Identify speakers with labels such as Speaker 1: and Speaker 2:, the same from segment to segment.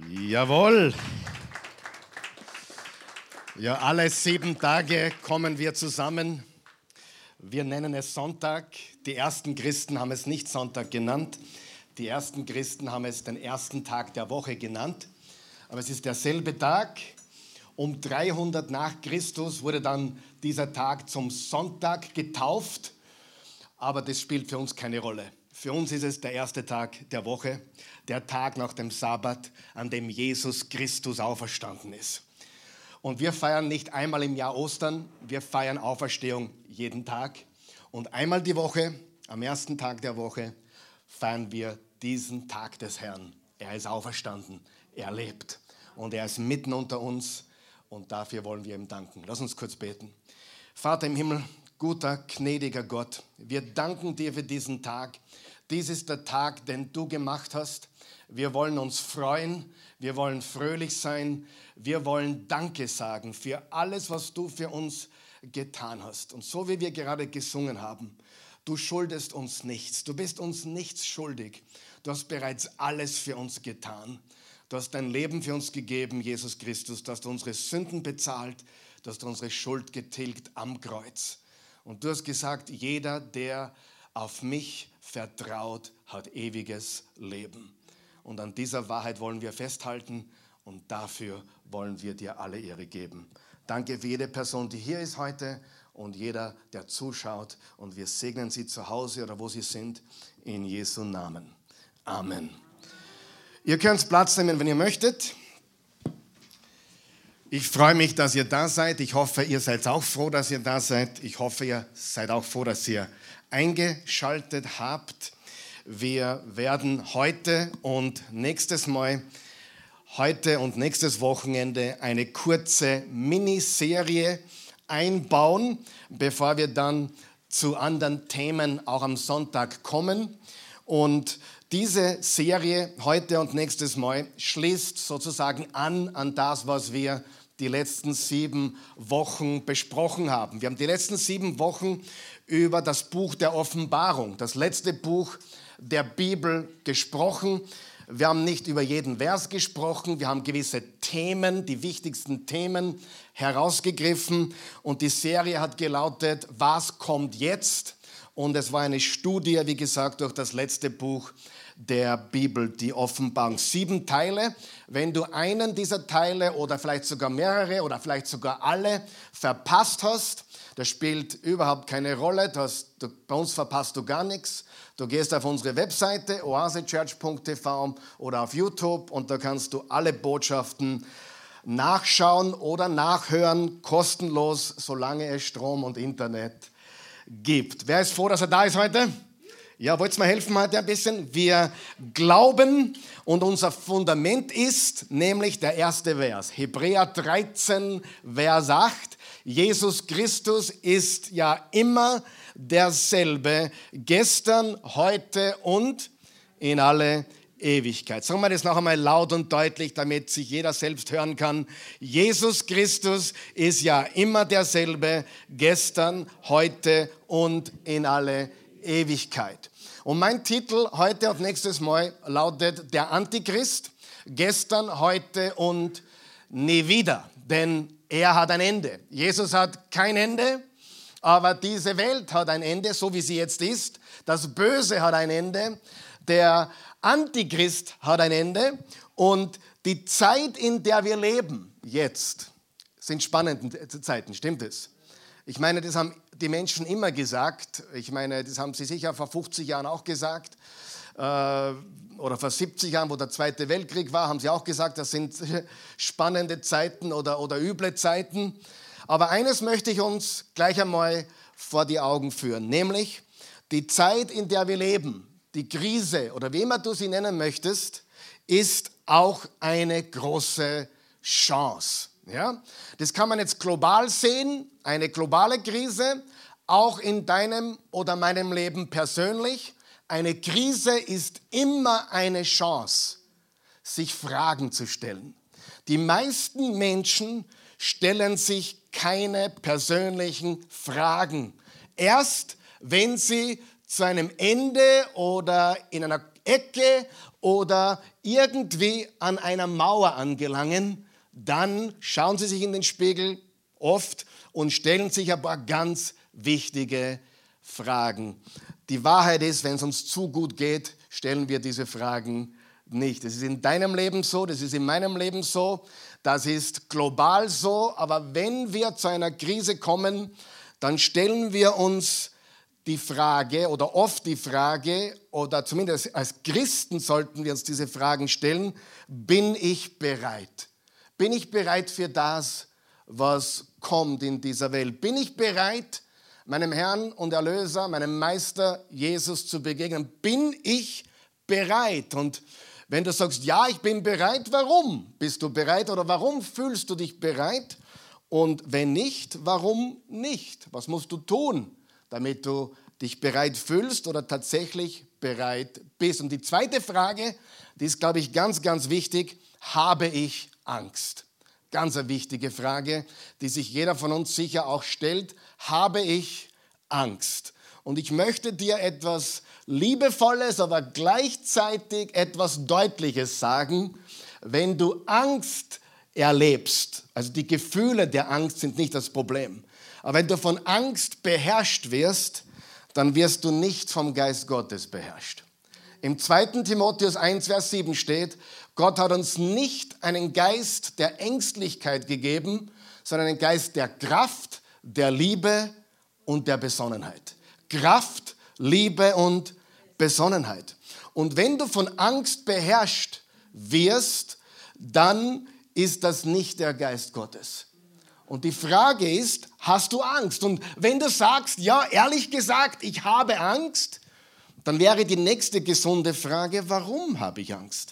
Speaker 1: Jawohl. Ja, alle 7 Tage kommen wir zusammen. Wir nennen es Sonntag. Die ersten Christen haben es nicht Sonntag genannt. Die ersten Christen haben es den ersten Tag der Woche genannt. Aber es ist derselbe Tag. Um 300 nach Christus wurde dann dieser Tag zum Sonntag getauft. Aber das spielt für uns keine Rolle. Für uns ist es der erste Tag der Woche, der Tag nach dem Sabbat, an dem Jesus Christus auferstanden ist. Und wir feiern nicht einmal im Jahr Ostern, wir feiern Auferstehung jeden Tag. Und einmal die Woche, am ersten Tag der Woche, feiern wir diesen Tag des Herrn. Er ist auferstanden, er lebt und er ist mitten unter uns und dafür wollen wir ihm danken. Lass uns kurz beten. Vater im Himmel, guter, gnädiger Gott, wir danken dir für diesen Tag. Dies ist der Tag, den du gemacht hast. Wir wollen uns freuen, wir wollen fröhlich sein, wir wollen Danke sagen für alles, was du für uns getan hast. Und so wie wir gerade gesungen haben, du schuldest uns nichts, du bist uns nichts schuldig. Du hast bereits alles für uns getan. Du hast dein Leben für uns gegeben, Jesus Christus. Du hast unsere Sünden bezahlt, du hast unsere Schuld getilgt am Kreuz. Und du hast gesagt, jeder, der auf mich vertraut, hat ewiges Leben. Und an dieser Wahrheit wollen wir festhalten und dafür wollen wir dir alle Ehre geben. Danke für jede Person, die hier ist heute und jeder, der zuschaut. Und wir segnen sie zu Hause oder wo sie sind, in Jesu Namen. Amen. Ihr könnt Platz nehmen, wenn ihr möchtet. Ich freue mich, dass ihr da seid. Ich hoffe, ihr seid auch froh, dass ihr da seid. Ich hoffe, ihr seid auch froh, dass ihr eingeschaltet habt. Wir werden heute und nächstes Wochenende eine kurze Miniserie einbauen, bevor wir dann zu anderen Themen auch am Sonntag kommen. Und diese Serie heute und nächstes Mal schließt sozusagen an das, was wir die letzten 7 Wochen besprochen haben. Wir haben die letzten 7 Wochen über das Buch der Offenbarung, das letzte Buch der Bibel, gesprochen. Wir haben nicht über jeden Vers gesprochen, wir haben gewisse Themen, die wichtigsten Themen herausgegriffen und die Serie hat gelautet, was kommt jetzt? Und es war eine Studie, wie gesagt, durch das letzte Buch der Bibel, die Offenbarung. 7 Teile. Wenn du einen dieser Teile oder vielleicht sogar mehrere oder vielleicht sogar alle verpasst hast, das spielt überhaupt keine Rolle. Bei uns verpasst du gar nichts. Du gehst auf unsere Webseite oasechurch.tv oder auf YouTube und da kannst du alle Botschaften nachschauen oder nachhören, kostenlos, solange es Strom und Internet gibt. Wer ist froh, dass er da ist heute? Ja, wollt ihr mir helfen heute ein bisschen? Wir glauben und unser Fundament ist nämlich der erste Vers. Hebräer 13, Vers 8. Jesus Christus ist ja immer derselbe, gestern, heute und in alle Ewigkeit. Sagen wir das noch einmal laut und deutlich, damit sich jeder selbst hören kann. Jesus Christus ist ja immer derselbe, gestern, heute und in alle Ewigkeit. Und mein Titel heute und nächstes Mal lautet der Antichrist, gestern, heute und nie wieder. Denn er hat ein Ende. Jesus hat kein Ende, aber diese Welt hat ein Ende, so wie sie jetzt ist. Das Böse hat ein Ende. Der Antichrist hat ein Ende. Und die Zeit, in der wir leben, jetzt, sind spannende Zeiten. Stimmt es? Ich meine, das haben die Menschen immer gesagt. Ich meine, das haben sie sicher vor 50 Jahren auch gesagt. Oder vor 70 Jahren, wo der Zweite Weltkrieg war, haben sie auch gesagt, das sind spannende Zeiten oder üble Zeiten. Aber eines möchte ich uns gleich einmal vor die Augen führen, nämlich die Zeit, in der wir leben, die Krise oder wie immer du sie nennen möchtest, ist auch eine große Chance. Ja? Das kann man jetzt global sehen, eine globale Krise, auch in deinem oder meinem Leben persönlich. Eine Krise ist immer eine Chance, sich Fragen zu stellen. Die meisten Menschen stellen sich keine persönlichen Fragen. Erst wenn sie zu einem Ende oder in einer Ecke oder irgendwie an einer Mauer angelangen, dann schauen Sie sich in den Spiegel oft und stellen sich ein paar ganz wichtige Fragen. Die Wahrheit ist, wenn es uns zu gut geht, stellen wir diese Fragen nicht. Das ist in deinem Leben so, das ist in meinem Leben so, das ist global so, aber wenn wir zu einer Krise kommen, dann stellen wir uns die Frage oder oft die Frage, oder zumindest als Christen sollten wir uns diese Fragen stellen: Bin ich bereit? Bin ich bereit für das, was kommt in dieser Welt? Bin ich bereit, meinem Herrn und Erlöser, meinem Meister Jesus zu begegnen? Bin ich bereit? Und wenn du sagst, ja, ich bin bereit, warum bist du bereit oder warum fühlst du dich bereit? Und wenn nicht, warum nicht? Was musst du tun, damit du dich bereit fühlst oder tatsächlich bereit bist? Und die zweite Frage, die ist, glaube ich, ganz, ganz wichtig: Habe ich Angst? Ganz eine wichtige Frage, die sich jeder von uns sicher auch stellt. Habe ich Angst? Und ich möchte dir etwas Liebevolles, aber gleichzeitig etwas Deutliches sagen. Wenn du Angst erlebst, also die Gefühle der Angst sind nicht das Problem, aber wenn du von Angst beherrscht wirst, dann wirst du nicht vom Geist Gottes beherrscht. Im 2. Timotheus 1, Vers 7 steht: Gott hat uns nicht einen Geist der Ängstlichkeit gegeben, sondern einen Geist der Kraft, der Liebe und der Besonnenheit. Kraft, Liebe und Besonnenheit. Und wenn du von Angst beherrscht wirst, dann ist das nicht der Geist Gottes. Und die Frage ist, hast du Angst? Und wenn du sagst, ja, ehrlich gesagt, ich habe Angst, dann wäre die nächste gesunde Frage: Warum habe ich Angst?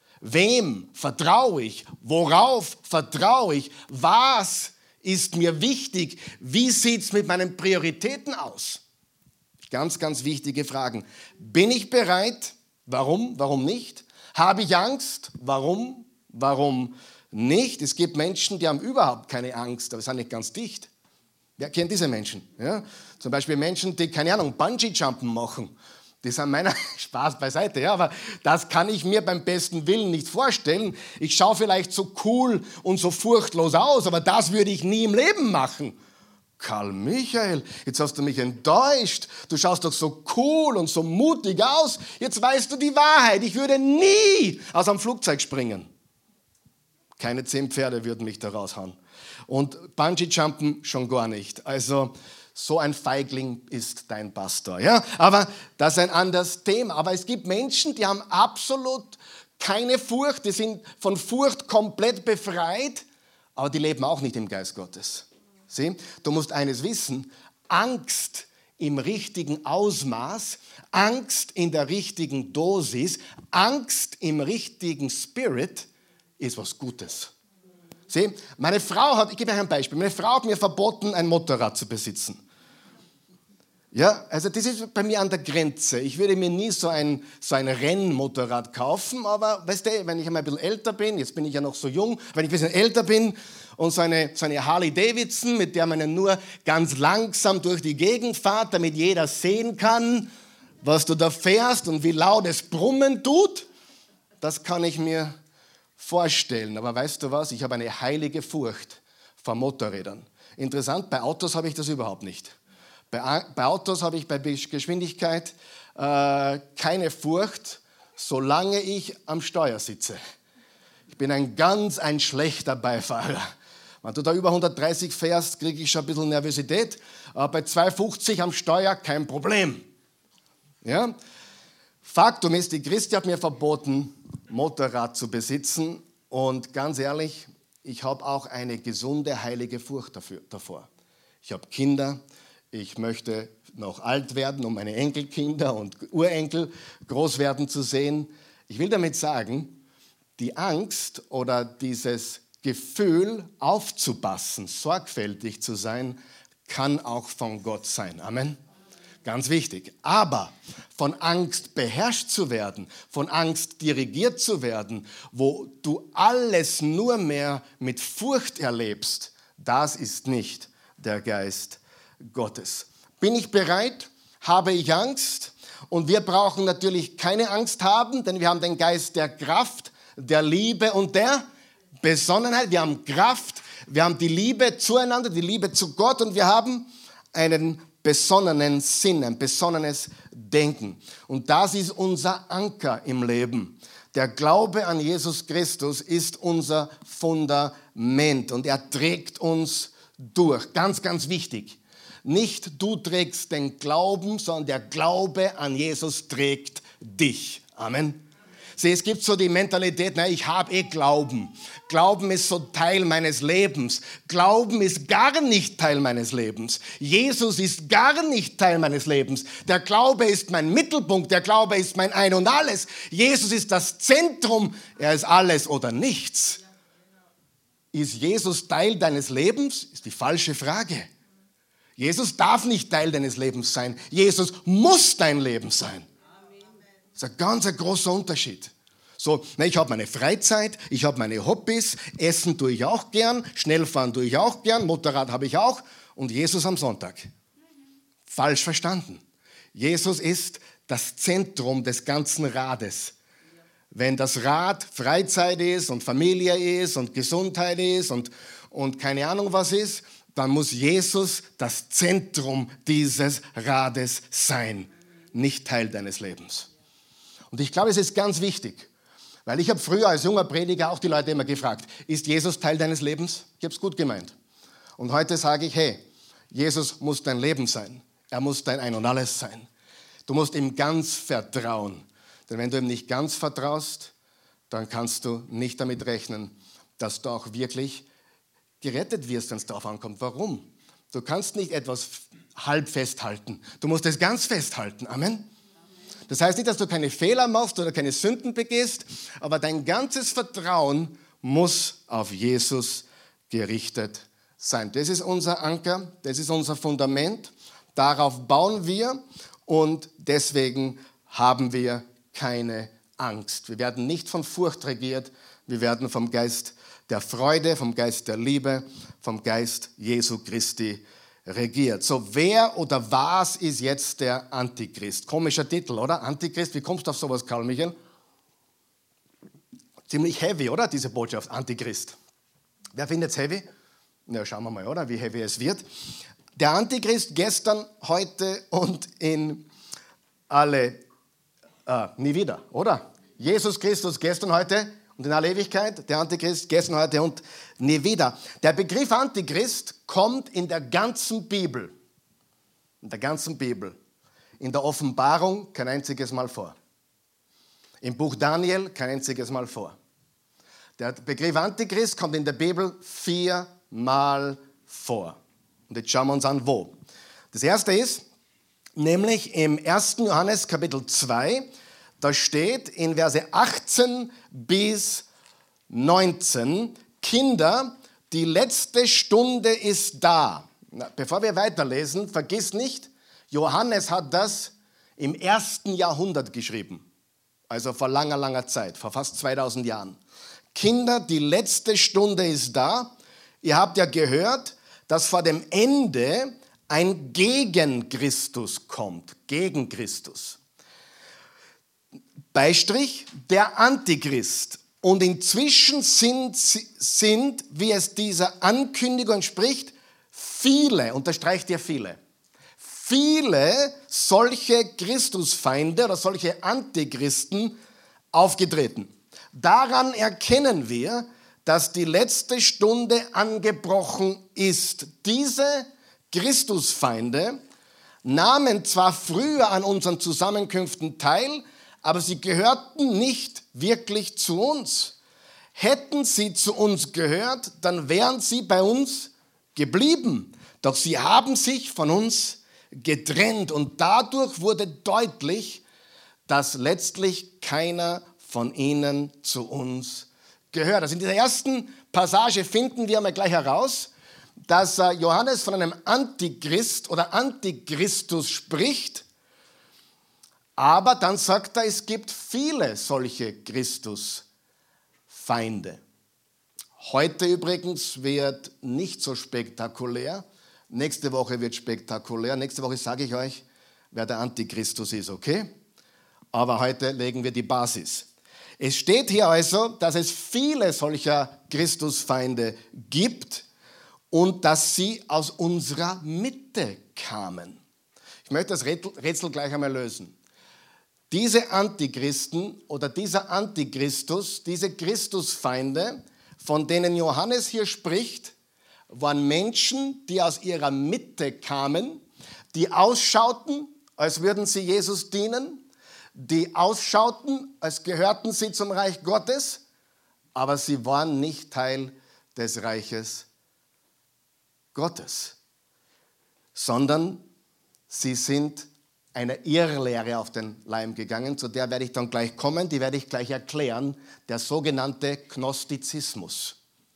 Speaker 1: Wem vertraue ich? Worauf vertraue ich? Was ist mir wichtig? Wie sieht es mit meinen Prioritäten aus? Ganz, ganz wichtige Fragen. Bin ich bereit? Warum? Warum nicht? Habe ich Angst? Warum? Warum nicht? Es gibt Menschen, die haben überhaupt keine Angst, aber sind nicht ganz dicht. Wer kennt diese Menschen? Ja? Zum Beispiel Menschen, die, keine Ahnung, Bungee-Jumpen machen. Das sind meiner Spaß beiseite, ja, aber das kann ich mir beim besten Willen nicht vorstellen. Ich schaue vielleicht so cool und so furchtlos aus, aber das würde ich nie im Leben machen. Karl Michael, jetzt hast du mich enttäuscht. Du schaust doch so cool und so mutig aus. Jetzt weißt du die Wahrheit. Ich würde nie aus einem Flugzeug springen. Keine 10 Pferde würden mich da raushauen. Und Bungee-Jumpen schon gar nicht. Also so ein Feigling ist dein Pastor. Ja? Aber das ist ein anderes Thema. Aber es gibt Menschen, die haben absolut keine Furcht. Die sind von Furcht komplett befreit. Aber die leben auch nicht im Geist Gottes. Sieh, du musst eines wissen: Angst im richtigen Ausmaß, Angst in der richtigen Dosis, Angst im richtigen Spirit ist was Gutes. Sieh, meine Frau hat, ich gebe euch ein Beispiel, meine Frau hat mir verboten, ein Motorrad zu besitzen. Ja, also das ist bei mir an der Grenze. Ich würde mir nie so ein Rennmotorrad kaufen, aber weißt du, wenn ich einmal ein bisschen älter bin, jetzt bin ich ja noch so jung, wenn ich ein bisschen älter bin und so eine Harley Davidson, mit der man ja nur ganz langsam durch die Gegend fährt, damit jeder sehen kann, was du da fährst und wie laut es brummen tut, das kann ich mir vorstellen. Aber weißt du was, ich habe eine heilige Furcht vor Motorrädern. Interessant, bei Autos habe ich das überhaupt nicht. Bei Autos habe ich bei Geschwindigkeit keine Furcht, solange ich am Steuer sitze. Ich bin ein schlechter Beifahrer. Wenn du da über 130 fährst, kriege ich schon ein bisschen Nervosität. Aber bei 250 am Steuer kein Problem. Ja? Faktum ist, die Christi hat mir verboten, Motorrad zu besitzen. Und ganz ehrlich, ich habe auch eine gesunde, heilige Furcht davor. Ich habe Kinder. Ich möchte noch alt werden, um meine Enkelkinder und Urenkel groß werden zu sehen. Ich will damit sagen, die Angst oder dieses Gefühl aufzupassen, sorgfältig zu sein, kann auch von Gott sein. Amen. Ganz wichtig. Aber von Angst beherrscht zu werden, von Angst dirigiert zu werden, wo du alles nur mehr mit Furcht erlebst, das ist nicht der Geist Gottes. Bin ich bereit? Habe ich Angst? Und wir brauchen natürlich keine Angst haben, denn wir haben den Geist der Kraft, der Liebe und der Besonnenheit. Wir haben Kraft, wir haben die Liebe zueinander, die Liebe zu Gott und wir haben einen besonnenen Sinn, ein besonnenes Denken. Und das ist unser Anker im Leben. Der Glaube an Jesus Christus ist unser Fundament und er trägt uns durch. Ganz, ganz wichtig. Nicht du trägst den Glauben, sondern der Glaube an Jesus trägt dich. Amen. Sieh, es gibt so die Mentalität, na, ich habe Glauben. Glauben ist so Teil meines Lebens. Glauben ist gar nicht Teil meines Lebens. Jesus ist gar nicht Teil meines Lebens. Der Glaube ist mein Mittelpunkt. Der Glaube ist mein Ein und Alles. Jesus ist das Zentrum. Er ist alles oder nichts. Ist Jesus Teil deines Lebens? Ist die falsche Frage. Jesus darf nicht Teil deines Lebens sein. Jesus muss dein Leben sein. Das ist ein ganz großer Unterschied. So, ich habe meine Freizeit, ich habe meine Hobbys, essen tue ich auch gern, Schnellfahren tue ich auch gern, Motorrad habe ich auch und Jesus am Sonntag. Falsch verstanden. Jesus ist das Zentrum des ganzen Rades. Wenn das Rad Freizeit ist und Familie ist und Gesundheit ist und keine Ahnung was ist, dann muss Jesus das Zentrum dieses Rades sein, nicht Teil deines Lebens. Und ich glaube, es ist ganz wichtig, weil ich habe früher als junger Prediger auch die Leute immer gefragt, ist Jesus Teil deines Lebens? Ich habe es gut gemeint. Und heute sage ich, hey, Jesus muss dein Leben sein. Er muss dein Ein und Alles sein. Du musst ihm ganz vertrauen. Denn wenn du ihm nicht ganz vertraust, dann kannst du nicht damit rechnen, dass du auch wirklich gerettet wirst, wenn es darauf ankommt. Warum? Du kannst nicht etwas halb festhalten. Du musst es ganz festhalten. Amen. Das heißt nicht, dass du keine Fehler machst oder keine Sünden begehst, aber dein ganzes Vertrauen muss auf Jesus gerichtet sein. Das ist unser Anker, das ist unser Fundament. Darauf bauen wir und deswegen haben wir keine Angst. Wir werden nicht von Furcht regiert, wir werden vom Geist der Freude, vom Geist der Liebe, vom Geist Jesu Christi regiert. So, wer oder was ist jetzt der Antichrist? Komischer Titel, oder? Antichrist, wie kommst du auf sowas, Karl Michael? Ziemlich heavy, oder? Diese Botschaft, Antichrist. Wer findet es heavy? Na, schauen wir mal, oder? Wie heavy es wird. Der Antichrist gestern, heute und in alle, nie wieder, oder? Jesus Christus gestern, heute und in aller Ewigkeit, der Antichrist gestern, heute und nie wieder. Der Begriff Antichrist kommt in der ganzen Bibel. In der ganzen Bibel. In der Offenbarung kein einziges Mal vor. Im Buch Daniel kein einziges Mal vor. Der Begriff Antichrist kommt in der Bibel 4-mal vor. Und jetzt schauen wir uns an, wo. Das erste ist, nämlich im 1. Johannes Kapitel 2, da steht in Verse 18 bis 19, Kinder, die letzte Stunde ist da. Bevor wir weiterlesen, vergiss nicht, Johannes hat das im 1. Jahrhundert geschrieben. Also vor langer, langer Zeit, vor fast 2000 Jahren. Kinder, die letzte Stunde ist da. Ihr habt ja gehört, dass vor dem Ende ein Gegen-Christus kommt. Gegen Christus. Beistrich, der Antichrist. Und inzwischen sind, wie es dieser Ankündigung entspricht, viele, unterstreicht ihr viele solche Christusfeinde oder solche Antichristen aufgetreten. Daran erkennen wir, dass die letzte Stunde angebrochen ist. Diese Christusfeinde nahmen zwar früher an unseren Zusammenkünften teil, aber sie gehörten nicht wirklich zu uns. Hätten sie zu uns gehört, dann wären sie bei uns geblieben. Doch sie haben sich von uns getrennt und dadurch wurde deutlich, dass letztlich keiner von ihnen zu uns gehört. Also in dieser ersten Passage finden wir mal gleich heraus, dass Johannes von einem Antichrist oder Antichristus spricht, aber dann sagt er, es gibt viele solche Christusfeinde. Heute übrigens wird nicht so spektakulär. Nächste Woche wird spektakulär. Nächste Woche sage ich euch, wer der Antichristus ist, okay? Aber heute legen wir die Basis. Es steht hier also, dass es viele solcher Christusfeinde gibt und dass sie aus unserer Mitte kamen. Ich möchte das Rätsel gleich einmal lösen. Diese Antichristen oder dieser Antichristus, diese Christusfeinde, von denen Johannes hier spricht, waren Menschen, die aus ihrer Mitte kamen, die ausschauten, als würden sie Jesus dienen, die ausschauten, als gehörten sie zum Reich Gottes, aber sie waren nicht Teil des Reiches Gottes, sondern sie sind einer Irrlehre auf den Leim gegangen, zu der werde ich dann gleich kommen, die werde ich gleich erklären, der sogenannte Gnostizismus.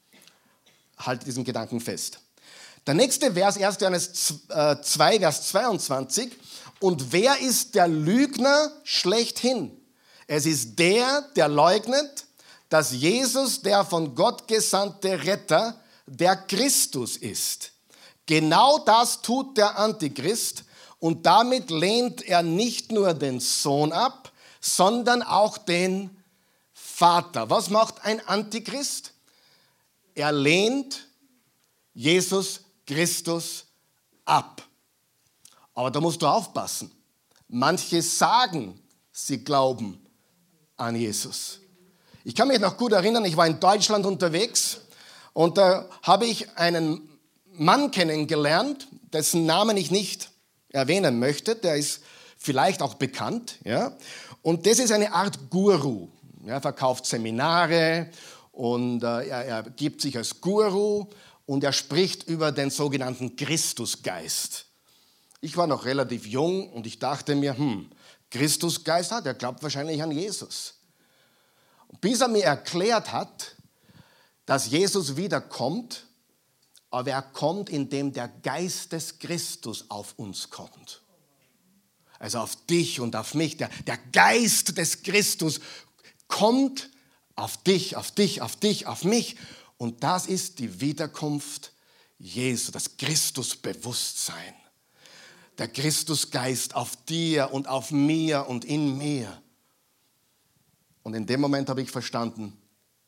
Speaker 1: Halt diesen Gedanken fest. Der nächste Vers, 1. Johannes 2, Vers 22. Und wer ist der Lügner schlechthin? Es ist der leugnet, dass Jesus der von Gott gesandte Retter, der Christus ist. Genau das tut der Antichrist und damit lehnt er nicht nur den Sohn ab, sondern auch den Vater. Was macht ein Antichrist? Er lehnt Jesus Christus ab. Aber da musst du aufpassen. Manche sagen, sie glauben an Jesus. Ich kann mich noch gut erinnern, ich war in Deutschland unterwegs und da habe ich einen Mann kennengelernt, dessen Namen ich nicht erwähnen möchte. Der ist vielleicht auch bekannt. Ja? Und das ist eine Art Guru. Er verkauft Seminare und er gibt sich als Guru und er spricht über den sogenannten Christusgeist. Ich war noch relativ jung und ich dachte mir, Christusgeist, der glaubt wahrscheinlich an Jesus. Bis er mir erklärt hat, dass Jesus wiederkommt, aber er kommt, indem der Geist des Christus auf uns kommt. Also auf dich und auf mich. Der Geist des Christus kommt auf dich, auf dich, auf dich, auf mich. Und das ist die Wiederkunft Jesu, das Christusbewusstsein. Der Christusgeist auf dir und auf mir und in mir. Und in dem Moment habe ich verstanden,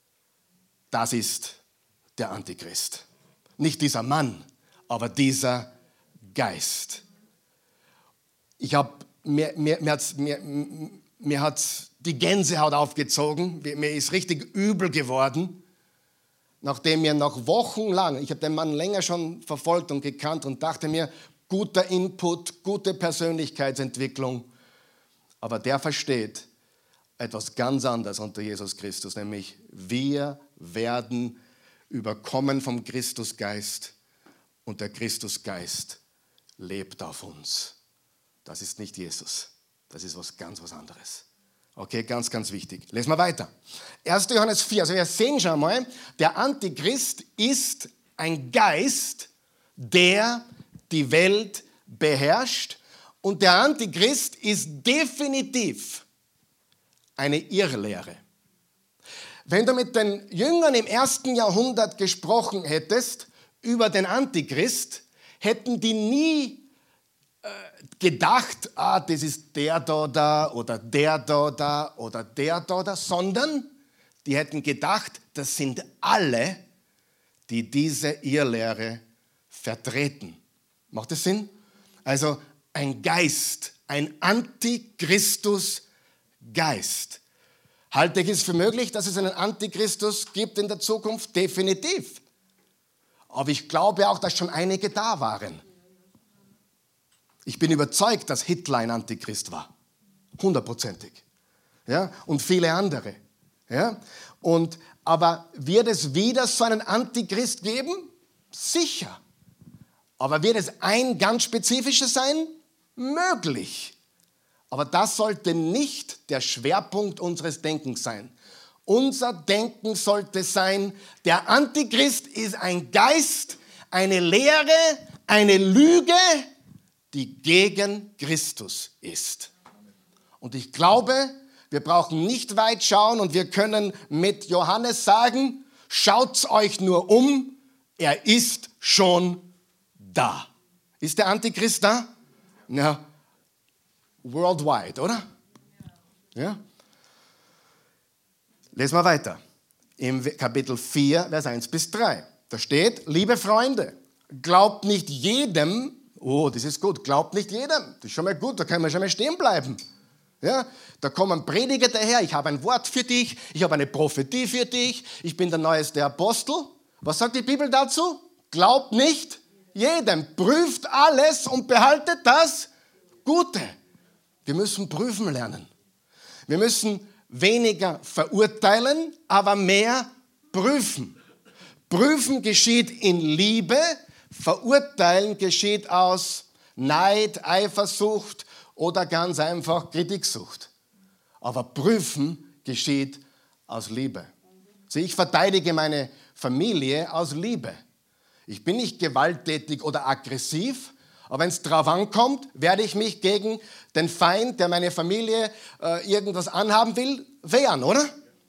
Speaker 1: das ist der Antichrist. Nicht dieser Mann, aber dieser Geist. Mir hat die Gänsehaut aufgezogen, mir ist richtig übel geworden, nachdem mir noch wochenlang, ich habe den Mann länger schon verfolgt und gekannt und dachte mir, guter Input, gute Persönlichkeitsentwicklung, aber der versteht etwas ganz anderes unter Jesus Christus, nämlich wir werden überkommen vom Christusgeist und der Christusgeist lebt auf uns. Das ist nicht Jesus, das ist was anderes. Okay, ganz, ganz wichtig. Lesen wir weiter. 1. Johannes 4, also wir sehen schon mal, der Antichrist ist ein Geist, der die Welt beherrscht und der Antichrist ist definitiv eine Irrlehre. Wenn du mit den Jüngern im 1. Jahrhundert gesprochen hättest über den Antichrist, hätten die nie gedacht, das ist der da oder der da oder der da, sondern die hätten gedacht, das sind alle, die diese Irrlehre vertreten. Macht das Sinn? Also ein Geist, ein Antichristus-Geist. Halte ich es für möglich, dass es einen Antichristus gibt in der Zukunft? Definitiv. Aber ich glaube auch, dass schon einige da waren. Ich bin überzeugt, dass Hitler ein Antichrist war. 100%. Ja? Und viele andere. Ja? Aber wird es wieder so einen Antichrist geben? Sicher. Aber wird es ein ganz spezifisches sein? Möglich. Aber das sollte nicht der Schwerpunkt unseres Denkens sein. Unser Denken sollte sein, der Antichrist ist ein Geist, eine Lehre, eine Lüge, die gegen Christus ist. Und ich glaube, wir brauchen nicht weit schauen und wir können mit Johannes sagen, schaut's euch nur um, er ist schon da. Ist der Antichrist da? Ja. worldwide, oder? Ja? Lesen wir weiter. Im Kapitel 4, Vers 1 bis 3. Da steht, liebe Freunde, glaubt nicht jedem, oh, das ist gut, glaubt nicht jedem. Das ist schon mal gut, da können wir schon mal stehen bleiben. Ja? Da kommen Prediger daher, ich habe ein Wort für dich, ich habe eine Prophetie für dich, ich bin der neueste Apostel. Was sagt die Bibel dazu? Glaubt nicht jedem, prüft alles und behaltet das Gute. Wir müssen prüfen lernen. Wir müssen weniger verurteilen, aber mehr prüfen. Prüfen geschieht in Liebe, verurteilen geschieht aus Neid, Eifersucht oder ganz einfach Kritiksucht. Aber prüfen geschieht aus Liebe. Also ich verteidige meine Familie aus Liebe. Ich bin nicht gewalttätig oder aggressiv, aber wenn es drauf ankommt, werde ich mich gegen den Feind, der meine Familie irgendwas anhaben will, wehren, oder?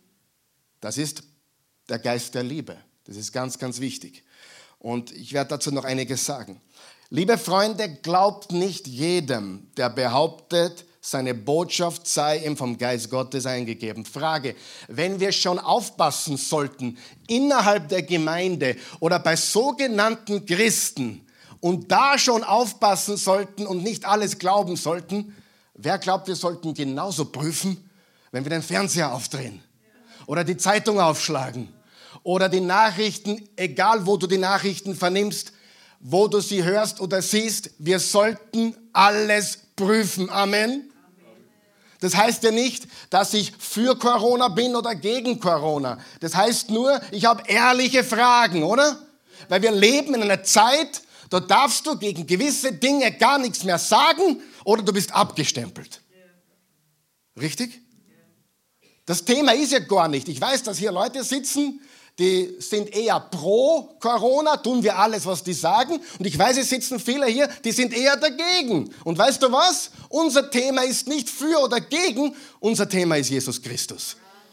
Speaker 1: Das ist der Geist der Liebe. Das ist ganz, ganz wichtig. Und ich werde dazu noch einiges sagen. Liebe Freunde, glaubt nicht jedem, der behauptet, seine Botschaft sei ihm vom Geist Gottes eingegeben. Frage, wenn wir schon aufpassen sollten, innerhalb der Gemeinde oder bei sogenannten Christen, und da schon aufpassen sollten und nicht alles glauben sollten, wer glaubt, wir sollten genauso prüfen, wenn wir den Fernseher aufdrehen oder die Zeitung aufschlagen oder die Nachrichten, egal wo du die Nachrichten vernimmst, wo du sie hörst oder siehst, wir sollten alles prüfen. Amen. Das heißt ja nicht, dass ich für Corona bin oder gegen Corona. Das heißt nur, ich habe ehrliche Fragen, oder? Weil wir leben in einer Zeit, da darfst du gegen gewisse Dinge gar nichts mehr sagen oder du bist abgestempelt. Richtig? Das Thema ist ja gar nicht. Ich weiß, dass hier Leute sitzen, die sind eher pro Corona, tun wir alles, was die sagen. Und ich weiß, es sitzen viele hier, die sind eher dagegen. Und weißt du was? Unser Thema ist nicht für oder gegen, unser Thema ist Jesus Christus.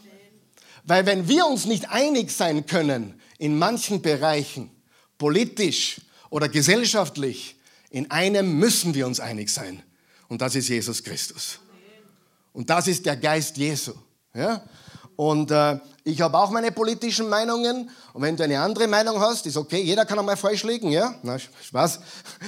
Speaker 1: Weil wenn wir uns nicht einig sein können in manchen Bereichen, politisch oder gesellschaftlich, in einem müssen wir uns einig sein. Und das ist Jesus Christus. Und das ist der Geist Jesu. Ja? Und ich habe auch meine politischen Meinungen. Und wenn du eine andere Meinung hast, ist okay. Jeder kann einmal falsch liegen. Ja? Na, Spaß.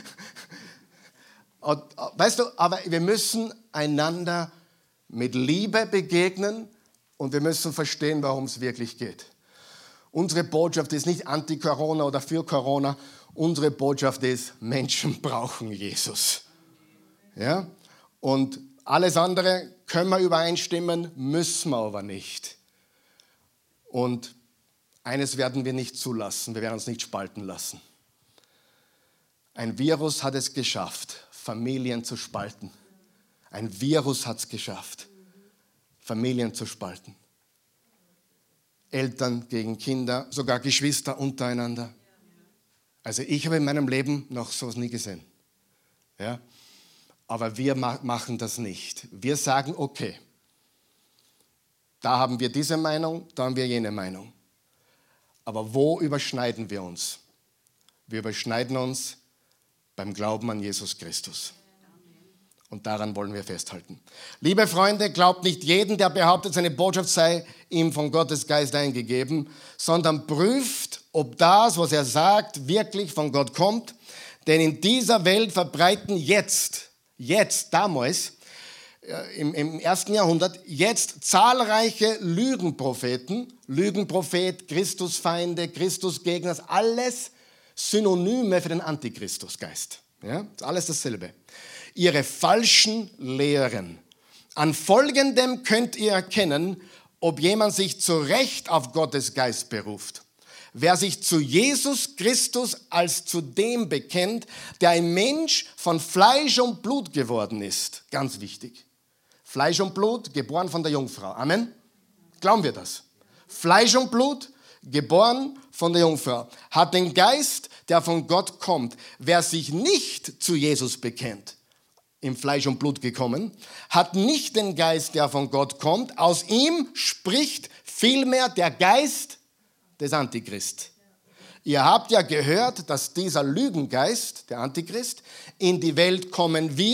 Speaker 1: Und, weißt du, aber wir müssen einander mit Liebe begegnen und wir müssen verstehen, worum es wirklich geht. Unsere Botschaft ist nicht anti-Corona oder für Corona. Unsere Botschaft ist, Menschen brauchen Jesus. Ja? Und alles andere können wir übereinstimmen, müssen wir aber nicht. Und eines werden wir nicht zulassen, wir werden uns nicht spalten lassen. Ein Virus hat es geschafft, Familien zu spalten. Ein Virus hat es geschafft, Familien zu spalten. Eltern gegen Kinder, sogar Geschwister untereinander. Also ich habe in meinem Leben noch sowas nie gesehen. Ja? Aber wir machen das nicht. Wir sagen, okay, da haben wir diese Meinung, da haben wir jene Meinung. Aber wo überschneiden wir uns? Wir überschneiden uns beim Glauben an Jesus Christus. Und daran wollen wir festhalten. Liebe Freunde, glaubt nicht jeden, der behauptet, seine Botschaft sei ihm von Gottes Geist eingegeben, sondern prüft, ob das, was er sagt, wirklich von Gott kommt. Denn in dieser Welt verbreiten damals, im 1. Jahrhundert, jetzt zahlreiche Lügenpropheten, Lügenprophet, Christusfeinde, Christusgegner, alles Synonyme für den Antichristusgeist. Ja, alles dasselbe. Ihre falschen Lehren. An Folgendem könnt ihr erkennen, ob jemand sich zu Recht auf Gottes Geist beruft. Wer sich zu Jesus Christus als zu dem bekennt, der ein Mensch von Fleisch und Blut geworden ist. Ganz wichtig. Fleisch und Blut, geboren von der Jungfrau. Amen? Glauben wir das? Fleisch und Blut, geboren von der Jungfrau, hat den Geist, der von Gott kommt. Wer sich nicht zu Jesus bekennt, im Fleisch und Blut gekommen, hat nicht den Geist, der von Gott kommt. Aus ihm spricht vielmehr der Geist des Antichrist. Ihr habt ja gehört, dass dieser Lügengeist, der Antichrist, in die Welt kommen wird,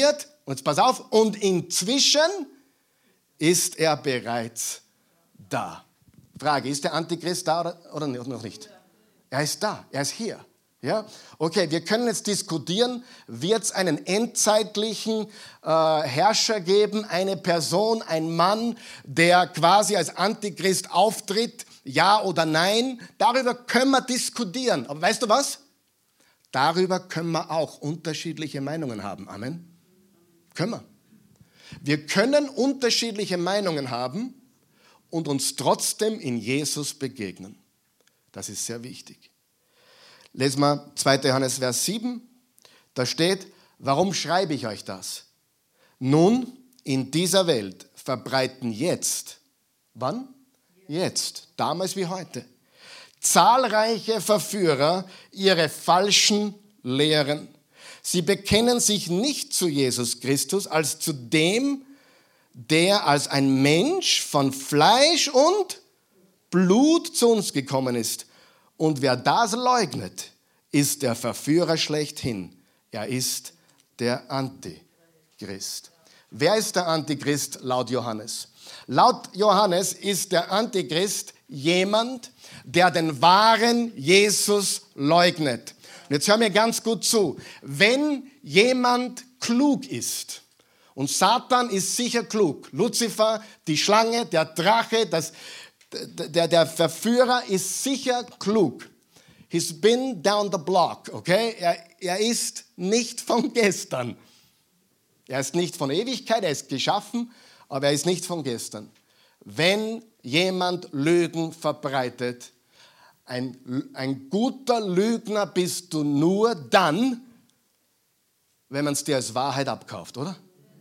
Speaker 1: Und jetzt pass auf, und inzwischen ist er bereits da. Frage, ist der Antichrist da oder noch nicht? Er ist da, er ist hier. Ja? Okay, wir können jetzt diskutieren, wird es einen endzeitlichen Herrscher geben, eine Person, ein Mann, der quasi als Antichrist auftritt, ja oder nein? Darüber können wir diskutieren. Aber weißt du was? Darüber können wir auch unterschiedliche Meinungen haben. Amen. Können wir. Wir können unterschiedliche Meinungen haben und uns trotzdem in Jesus begegnen. Das ist sehr wichtig. Lesen wir 2. Johannes, Vers 7. Da steht, warum schreibe ich euch das? Nun, in dieser Welt verbreiten jetzt, wann? Jetzt, damals wie heute, zahlreiche Verführer ihre falschen Lehren. Sie bekennen sich nicht zu Jesus Christus als zu dem, der als ein Mensch von Fleisch und Blut zu uns gekommen ist. Und wer das leugnet, ist der Verführer schlechthin. Er ist der Antichrist. Wer ist der Antichrist laut Johannes? Laut Johannes ist der Antichrist jemand, der den wahren Jesus leugnet. Und jetzt hör mir ganz gut zu. Wenn jemand klug ist, und Satan ist sicher klug, Luzifer, die Schlange, der Drache, der Verführer ist sicher klug. He's been down the block, okay? Er ist nicht von gestern. Er ist nicht von Ewigkeit, er ist geschaffen, aber er ist nicht von gestern. Wenn jemand Lügen verbreitet, ein guter Lügner bist du nur dann, wenn man es dir als Wahrheit abkauft, oder?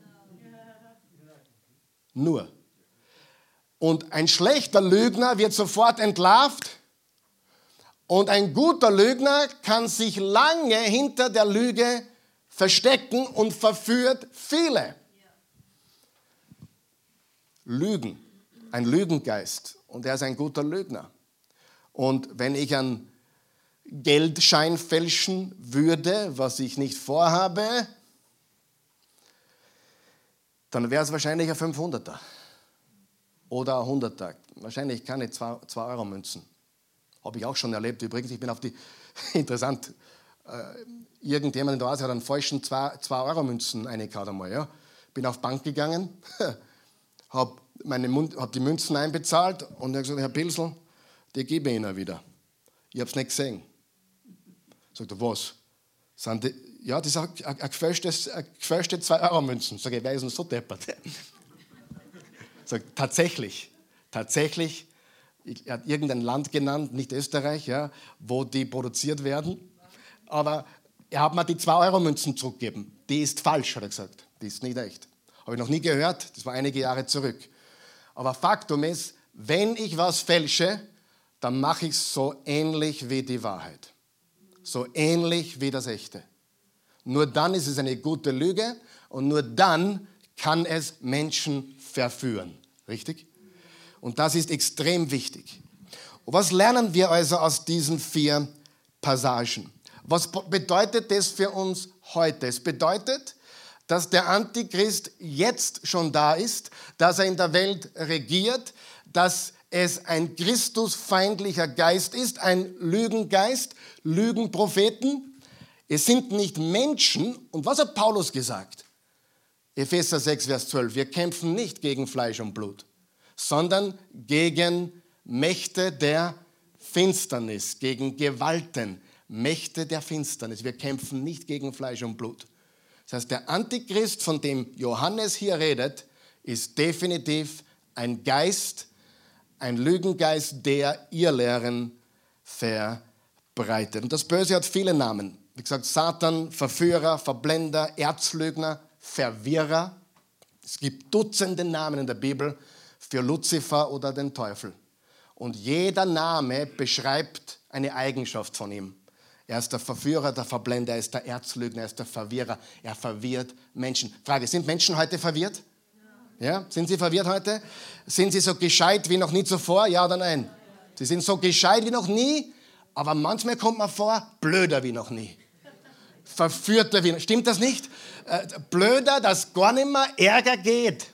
Speaker 1: Nur. Und ein schlechter Lügner wird sofort entlarvt und ein guter Lügner kann sich lange hinter der Lüge verstecken und verführt viele. Lügen, ein Lügengeist und er ist ein guter Lügner. Und wenn ich einen Geldschein fälschen würde, was ich nicht vorhabe, dann wäre es wahrscheinlich ein 500er oder ein 100er. Wahrscheinlich keine 2-Euro-Münzen. Habe ich auch schon erlebt übrigens. Ich bin auf die, interessant, irgendjemand in der Oase hat einen falschen 2-Euro-Münzen eingekaut einmal. Ja. Bin auf die Bank gegangen, habe die Münzen einbezahlt und er hat gesagt, Herr Pilsel, die gebe ich Ihnen wieder. Ich habe es nicht gesehen. Sagt er, was? Sind die, ja, das ist eine gefälschte 2-Euro-Münzen. Sag ich, wer ist denn so deppert? Sagt, tatsächlich, er hat irgendein Land genannt, nicht Österreich, ja, wo die produziert werden. Aber er hat mir die 2-Euro-Münzen zurückgegeben. Die ist falsch, hat er gesagt. Die ist nicht echt. Habe ich noch nie gehört, das war einige Jahre zurück. Aber Faktum ist, wenn ich was fälsche, dann mache ich es so ähnlich wie die Wahrheit. So ähnlich wie das Echte. Nur dann ist es eine gute Lüge und nur dann kann es Menschen verführen. Richtig? Und das ist extrem wichtig. Und was lernen wir also aus diesen 4 Passagen? Was bedeutet das für uns heute? Es bedeutet, dass der Antichrist jetzt schon da ist, dass er in der Welt regiert, dass es ein christusfeindlicher Geist ist, ein Lügengeist, Lügenpropheten. Es sind nicht Menschen. Und was hat Paulus gesagt? Epheser 6, Vers 12. Wir kämpfen nicht gegen Fleisch und Blut, sondern gegen Mächte der Finsternis, gegen Gewalten, Mächte der Finsternis. Wir kämpfen nicht gegen Fleisch und Blut. Das heißt, der Antichrist, von dem Johannes hier redet, ist definitiv ein Geist, ein Lügengeist, der Irrlehren verbreitet. Und das Böse hat viele Namen. Wie gesagt, Satan, Verführer, Verblender, Erzlügner, Verwirrer. Es gibt Dutzende Namen in der Bibel für Luzifer oder den Teufel. Und jeder Name beschreibt eine Eigenschaft von ihm. Er ist der Verführer, der Verblender, er ist der Erzlügner, er ist der Verwirrer. Er verwirrt Menschen. Frage, sind Menschen heute verwirrt? Ja, sind sie verwirrt heute? Sind sie so gescheit wie noch nie zuvor? Ja oder nein? Sie sind so gescheit wie noch nie, aber manchmal kommt man vor, blöder wie noch nie. verführter wie... Stimmt das nicht? Blöder, dass gar nicht mehr Ärger geht.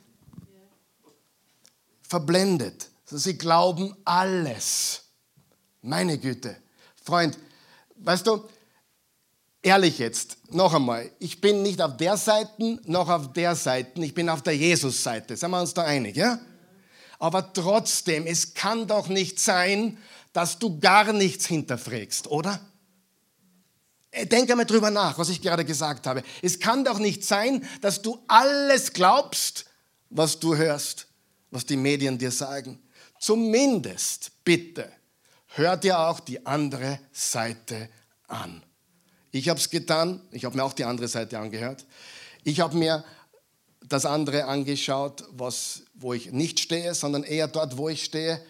Speaker 1: Verblendet. Sie glauben alles. Meine Güte. Freund, weißt du, ehrlich jetzt, noch einmal, ich bin nicht auf der Seite, noch auf der Seite, ich bin auf der Jesus-Seite. Sind wir uns da einig, ja? Aber trotzdem, es kann doch nicht sein, dass du gar nichts hinterfragst, oder? Denk einmal drüber nach, was ich gerade gesagt habe. Es kann doch nicht sein, dass du alles glaubst, was du hörst, was die Medien dir sagen. Zumindest, bitte, hör dir auch die andere Seite an. Ich habe es getan, ich habe mir auch die andere Seite angehört. Ich habe mir das andere angeschaut, wo ich nicht stehe, sondern eher dort, wo ich stehe.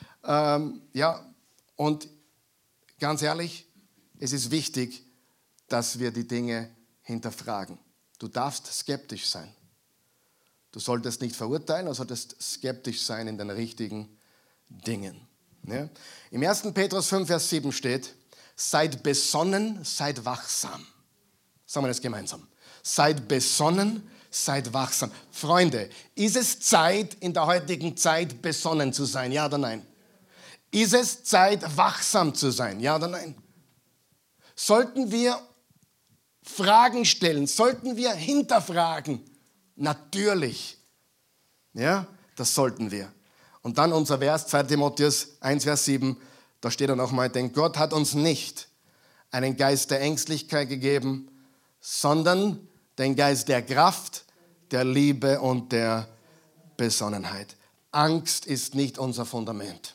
Speaker 1: Und ganz ehrlich, es ist wichtig, dass wir die Dinge hinterfragen. Du darfst skeptisch sein. Du solltest nicht verurteilen, du solltest skeptisch sein in den richtigen Dingen. Ja? Im 1. Petrus 5, Vers 7 steht, seid besonnen, seid wachsam. Sagen wir das gemeinsam. Seid besonnen, seid wachsam. Freunde, ist es Zeit, in der heutigen Zeit besonnen zu sein? Ja oder nein? Ist es Zeit, wachsam zu sein? Ja oder nein? Sollten wir Fragen stellen? Sollten wir hinterfragen? Natürlich. Ja, das sollten wir. Und dann unser Vers, 2 Timotheus 1, Vers 7, da steht dann nochmal, denn Gott hat uns nicht einen Geist der Ängstlichkeit gegeben, sondern den Geist der Kraft, der Liebe und der Besonnenheit. Angst ist nicht unser Fundament.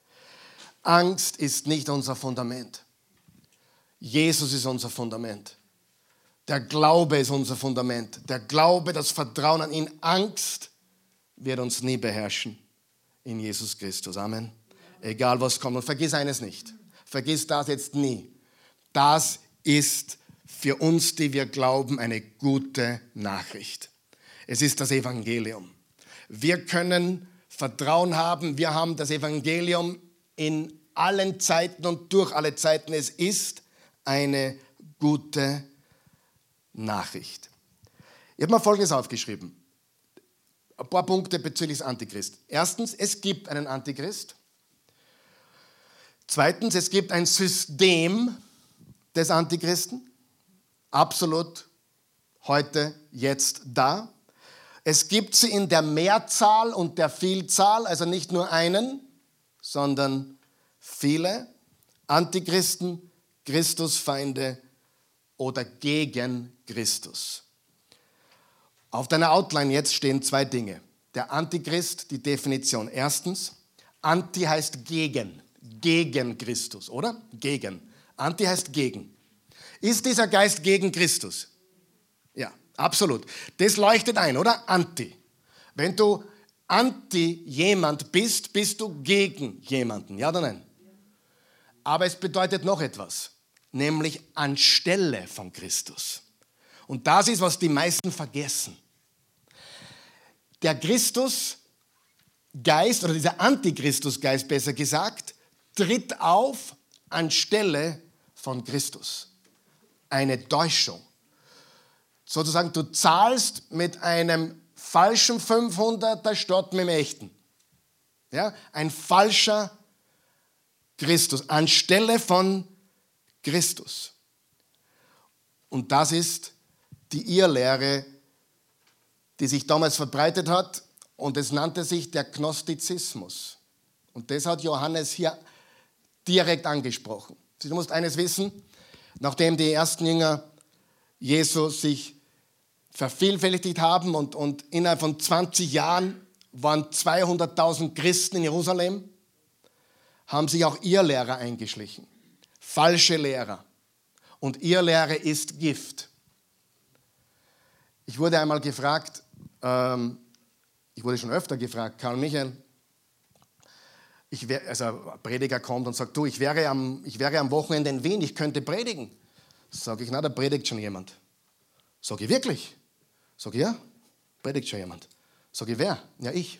Speaker 1: Angst ist nicht unser Fundament. Jesus ist unser Fundament. Der Glaube ist unser Fundament. Der Glaube, das Vertrauen an ihn. Angst wird uns nie beherrschen. In Jesus Christus. Amen. Egal was kommt. Und vergiss eines nicht. Vergiss das jetzt nie. Das ist für uns, die wir glauben, eine gute Nachricht. Es ist das Evangelium. Wir können Vertrauen haben. Wir haben das Evangelium in allen Zeiten und durch alle Zeiten. Es ist eine gute Nachricht. Ich habe mal Folgendes aufgeschrieben. Ein paar Punkte bezüglich des Antichrist. Erstens, es gibt einen Antichrist. Zweitens, es gibt ein System des Antichristen. Absolut heute, jetzt da. Es gibt sie in der Mehrzahl und der Vielzahl, also nicht nur einen, sondern viele Antichristen, Christusfeinde oder gegen Christus. Auf deiner Outline jetzt stehen 2 Dinge. Der Antichrist, die Definition. Erstens, Anti heißt gegen. Gegen Christus, oder? Gegen. Anti heißt gegen. Ist dieser Geist gegen Christus? Ja, absolut. Das leuchtet ein, oder? Anti. Wenn du anti jemand bist, bist du gegen jemanden. Ja oder nein? Aber es bedeutet noch etwas, nämlich anstelle von Christus. Und das ist, was die meisten vergessen. Der Christusgeist, oder dieser Antichristusgeist besser gesagt, tritt auf anstelle von Christus. Eine Täuschung. Sozusagen, du zahlst mit einem falschen 500er statt mit dem echten. Ja? Ein falscher Christus, anstelle von Christus. Und das ist die Irrlehre, die sich damals verbreitet hat, und es nannte sich der Gnostizismus. Und das hat Johannes hier direkt angesprochen. Du musst eines wissen, nachdem die ersten Jünger Jesu sich vervielfältigt haben und innerhalb von 20 Jahren waren 200.000 Christen in Jerusalem, haben sich auch Irrlehrer eingeschlichen. Falsche Lehrer. Und Irrlehre ist Gift. Ich wurde einmal gefragt, ich wurde schon öfter gefragt, Karl Michael, ein Prediger kommt und sagt, du, ich wäre am Wochenende in Wien, ich könnte predigen. Sag ich, na, da predigt schon jemand. Sag ich, wirklich? Sag ich, ja, predigt schon jemand. Sag ich, wer? Ja, ich.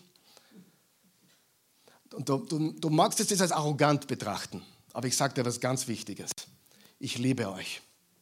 Speaker 1: Und du magst es als arrogant betrachten, aber ich sage dir was ganz Wichtiges. Ich liebe euch.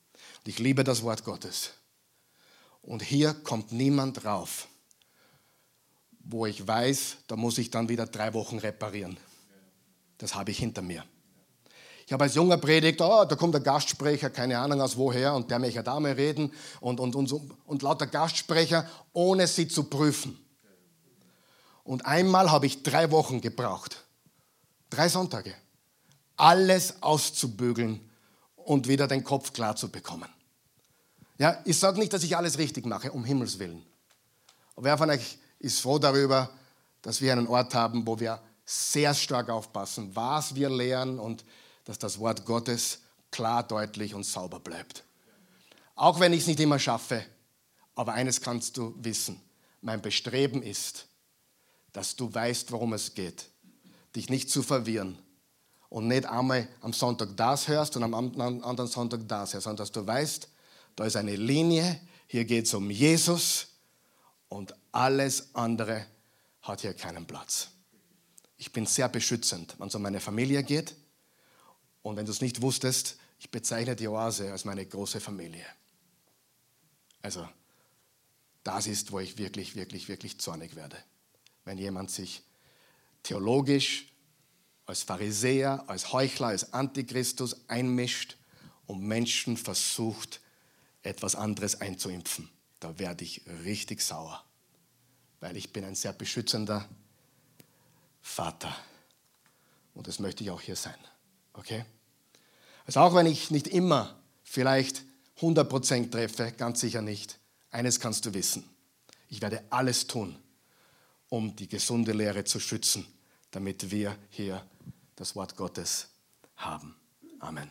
Speaker 1: Und ich liebe das Wort Gottes. Und hier kommt niemand rauf, wo ich weiß, da muss ich dann wieder 3 Wochen reparieren. Das habe ich hinter mir. Ich habe als junger Predigt, da kommt der Gastsprecher, keine Ahnung aus woher, und der möchte da mal reden und lauter Gastsprecher, ohne sie zu prüfen. Und einmal habe ich 3 Wochen gebraucht, 3 Sonntage, alles auszubügeln und wieder den Kopf klar zu bekommen. Ja, ich sage nicht, dass ich alles richtig mache, um Himmels Willen. Aber wer von euch ist froh darüber, dass wir einen Ort haben, wo wir sehr stark aufpassen, was wir lehren und dass das Wort Gottes klar, deutlich und sauber bleibt. Auch wenn ich es nicht immer schaffe, aber eines kannst du wissen, mein Bestreben ist, dass du weißt, worum es geht, dich nicht zu verwirren und nicht einmal am Sonntag das hörst und am anderen Sonntag das hörst, sondern dass du weißt, da ist eine Linie, hier geht es um Jesus und alles andere hat hier keinen Platz. Ich bin sehr beschützend, wenn es um meine Familie geht. Und wenn du es nicht wusstest, ich bezeichne die Oase als meine große Familie. Also, das ist, wo ich wirklich, wirklich, wirklich zornig werde. Wenn jemand sich theologisch als Pharisäer, als Heuchler, als Antichristus einmischt und Menschen versucht, etwas anderes einzuimpfen. Da werde ich richtig sauer, weil ich bin ein sehr beschützender Vater. Und das möchte ich auch hier sein. Okay? Also auch wenn ich nicht immer vielleicht 100% treffe, ganz sicher nicht, eines kannst du wissen. Ich werde alles tun, um die gesunde Lehre zu schützen, damit wir hier das Wort Gottes haben. Amen.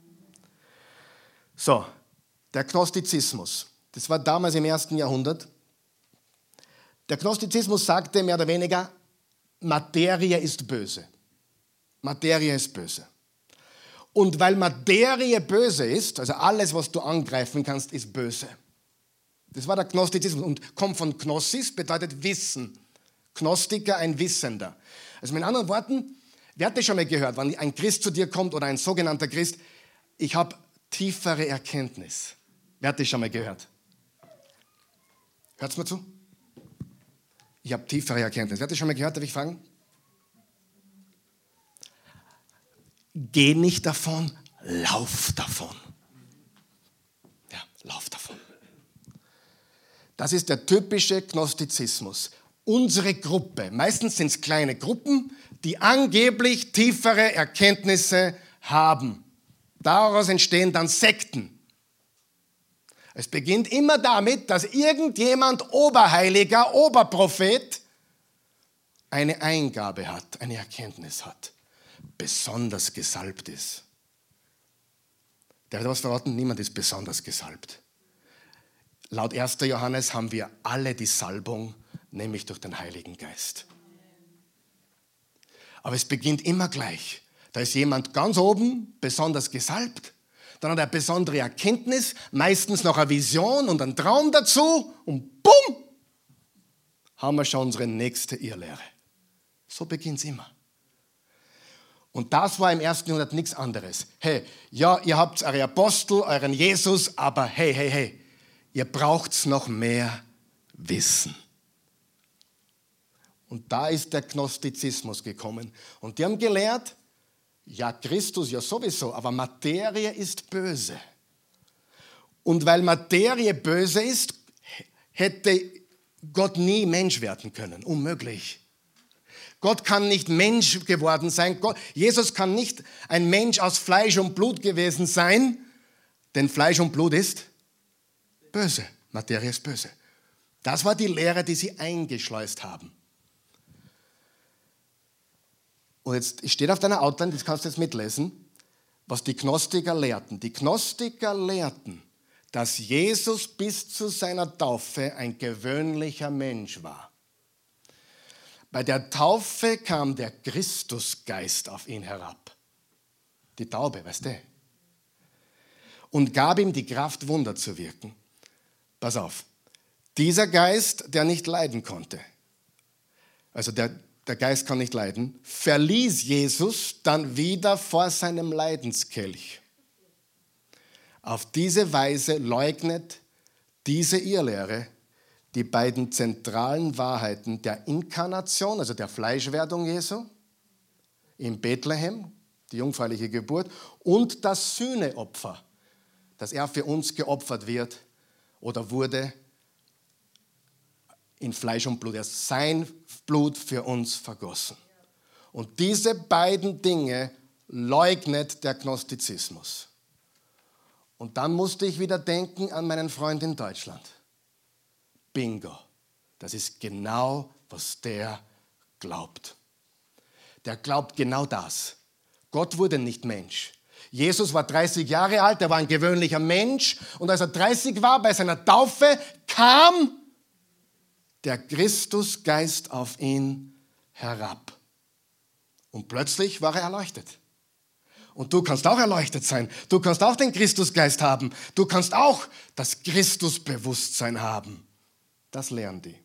Speaker 1: So, der Gnostizismus. Das war damals im 1. Jahrhundert. Der Gnostizismus sagte mehr oder weniger, Materie ist böse. Materie ist böse. Und weil Materie böse ist, also alles, was du angreifen kannst, ist böse. Das war der Gnostizismus und kommt von Gnosis, bedeutet Wissen. Gnostiker, ein Wissender. Also mit anderen Worten, wer hat das schon mal gehört, wenn ein Christ zu dir kommt oder ein sogenannter Christ, ich habe tiefere Erkenntnis. Wer hat das schon mal gehört? Hört's mir zu? Ich habe tiefere Erkenntnis. Wer hat das schon mal gehört, darf ich fragen? Geh nicht davon, lauf davon. Ja, lauf davon. Das ist der typische Gnostizismus. Unsere Gruppe, meistens sind es kleine Gruppen, die angeblich tiefere Erkenntnisse haben. Daraus entstehen dann Sekten. Es beginnt immer damit, dass irgendjemand Oberheiliger, Oberprophet eine Eingabe hat, eine Erkenntnis hat, besonders gesalbt ist. Darf ich was verraten? Niemand ist besonders gesalbt. Laut 1. Johannes haben wir alle die Salbung, nämlich durch den Heiligen Geist. Aber es beginnt immer gleich. Da ist jemand ganz oben, besonders gesalbt. Dann hat er eine besondere Erkenntnis, meistens noch eine Vision und einen Traum dazu. Und bumm, haben wir schon unsere nächste Irrlehre. So beginnt es immer. Und das war im 1. Jahrhundert nichts anderes. Hey, ja, ihr habt eure Apostel, euren Jesus, aber hey, ihr braucht noch mehr Wissen. Und da ist der Gnostizismus gekommen. Und die haben gelehrt, ja, Christus ja sowieso, aber Materie ist böse. Und weil Materie böse ist, hätte Gott nie Mensch werden können. Unmöglich. Gott kann nicht Mensch geworden sein. Jesus kann nicht ein Mensch aus Fleisch und Blut gewesen sein, denn Fleisch und Blut ist böse. Materie ist böse. Das war die Lehre, die sie eingeschleust haben. Und jetzt steht auf deiner Outline, das kannst du jetzt mitlesen, was die Gnostiker lehrten. Die Gnostiker lehrten, dass Jesus bis zu seiner Taufe ein gewöhnlicher Mensch war. Bei der Taufe kam der Christusgeist auf ihn herab. Die Taube, weißt du? Und gab ihm die Kraft, Wunder zu wirken. Pass auf, dieser Geist, der nicht leiden konnte, also der Geist kann nicht leiden, verließ Jesus dann wieder vor seinem Leidenskelch. Auf diese Weise leugnet diese Irrlehre die beiden zentralen Wahrheiten der Inkarnation, also der Fleischwerdung Jesu in Bethlehem, die jungfräuliche Geburt, und das Sühneopfer, dass er für uns geopfert wird oder wurde in Fleisch und Blut. Er hat sein Blut für uns vergossen. Und diese beiden Dinge leugnet der Gnostizismus. Und dann musste ich wieder denken an meinen Freund in Deutschland. Bingo. Das ist genau, was der glaubt. Der glaubt genau das. Gott wurde nicht Mensch. Jesus war 30 Jahre alt, er war ein gewöhnlicher Mensch. Und als er 30 war, bei seiner Taufe, kam der Christusgeist auf ihn herab. Und plötzlich war er erleuchtet. Und du kannst auch erleuchtet sein. Du kannst auch den Christusgeist haben. Du kannst auch das Christusbewusstsein haben. Das lernen die.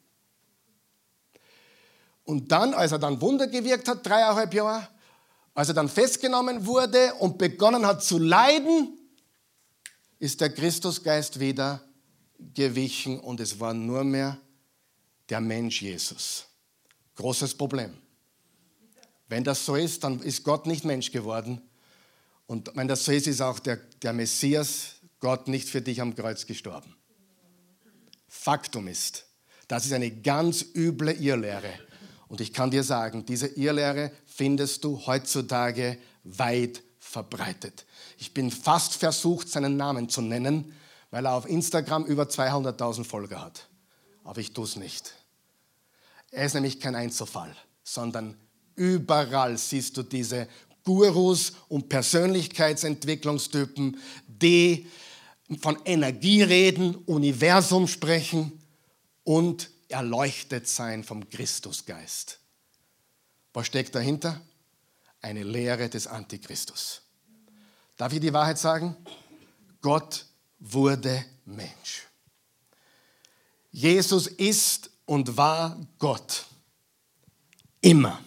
Speaker 1: Und dann, als er dann Wunder gewirkt hat, 3,5 Jahre, als er dann festgenommen wurde und begonnen hat zu leiden, ist der Christusgeist wieder gewichen und es war nur mehr der Mensch Jesus. Großes Problem. Wenn das so ist, dann ist Gott nicht Mensch geworden. Und wenn das so ist, ist auch der Messias, Gott, nicht für dich am Kreuz gestorben. Faktum ist, das ist eine ganz üble Irrlehre. Und ich kann dir sagen, diese Irrlehre findest du heutzutage weit verbreitet. Ich bin fast versucht, seinen Namen zu nennen, weil er auf Instagram über 200.000 Folger hat. Aber ich tue es nicht. Er ist nämlich kein Einzelfall, sondern überall siehst du diese Gurus und Persönlichkeitsentwicklungstypen, die von Energie reden, Universum sprechen und erleuchtet sein vom Christusgeist. Was steckt dahinter? Eine Lehre des Antichristus. Darf ich die Wahrheit sagen? Gott wurde Mensch. Jesus ist und war Gott. Immer.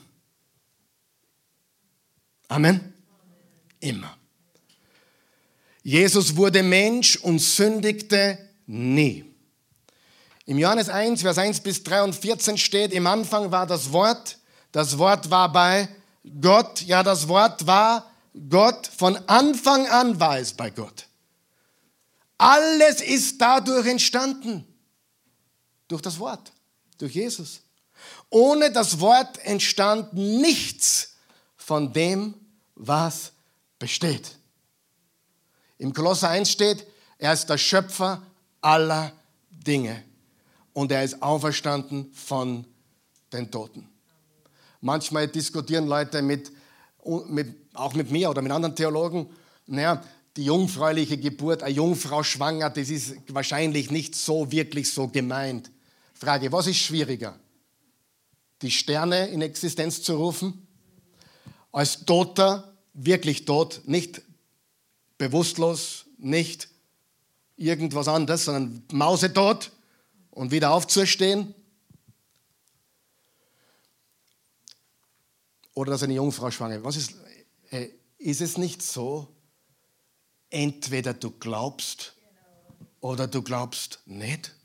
Speaker 1: Amen? Immer. Jesus wurde Mensch und sündigte nie. Im Johannes 1, Vers 1 bis 3 und 14 steht, im Anfang war das Wort war bei Gott, ja, das Wort war Gott, von Anfang an war es bei Gott. Alles ist dadurch entstanden, durch das Wort, durch Jesus. Ohne das Wort entstand nichts von dem, was besteht. Im Kolosser 1 steht, er ist der Schöpfer aller Dinge. Und er ist auferstanden von den Toten. Manchmal diskutieren Leute auch mit mir oder mit anderen Theologen, naja, die jungfräuliche Geburt, eine Jungfrau schwanger, das ist wahrscheinlich nicht so wirklich so gemeint. Frage, was ist schwieriger? Die Sterne in Existenz zu rufen? Als Toter, wirklich tot, nicht bewusstlos, nicht irgendwas anderes, sondern mausetot und wieder aufzustehen? Oder dass eine Jungfrau schwanger ist. Ist es nicht so, entweder du glaubst oder du glaubst nicht?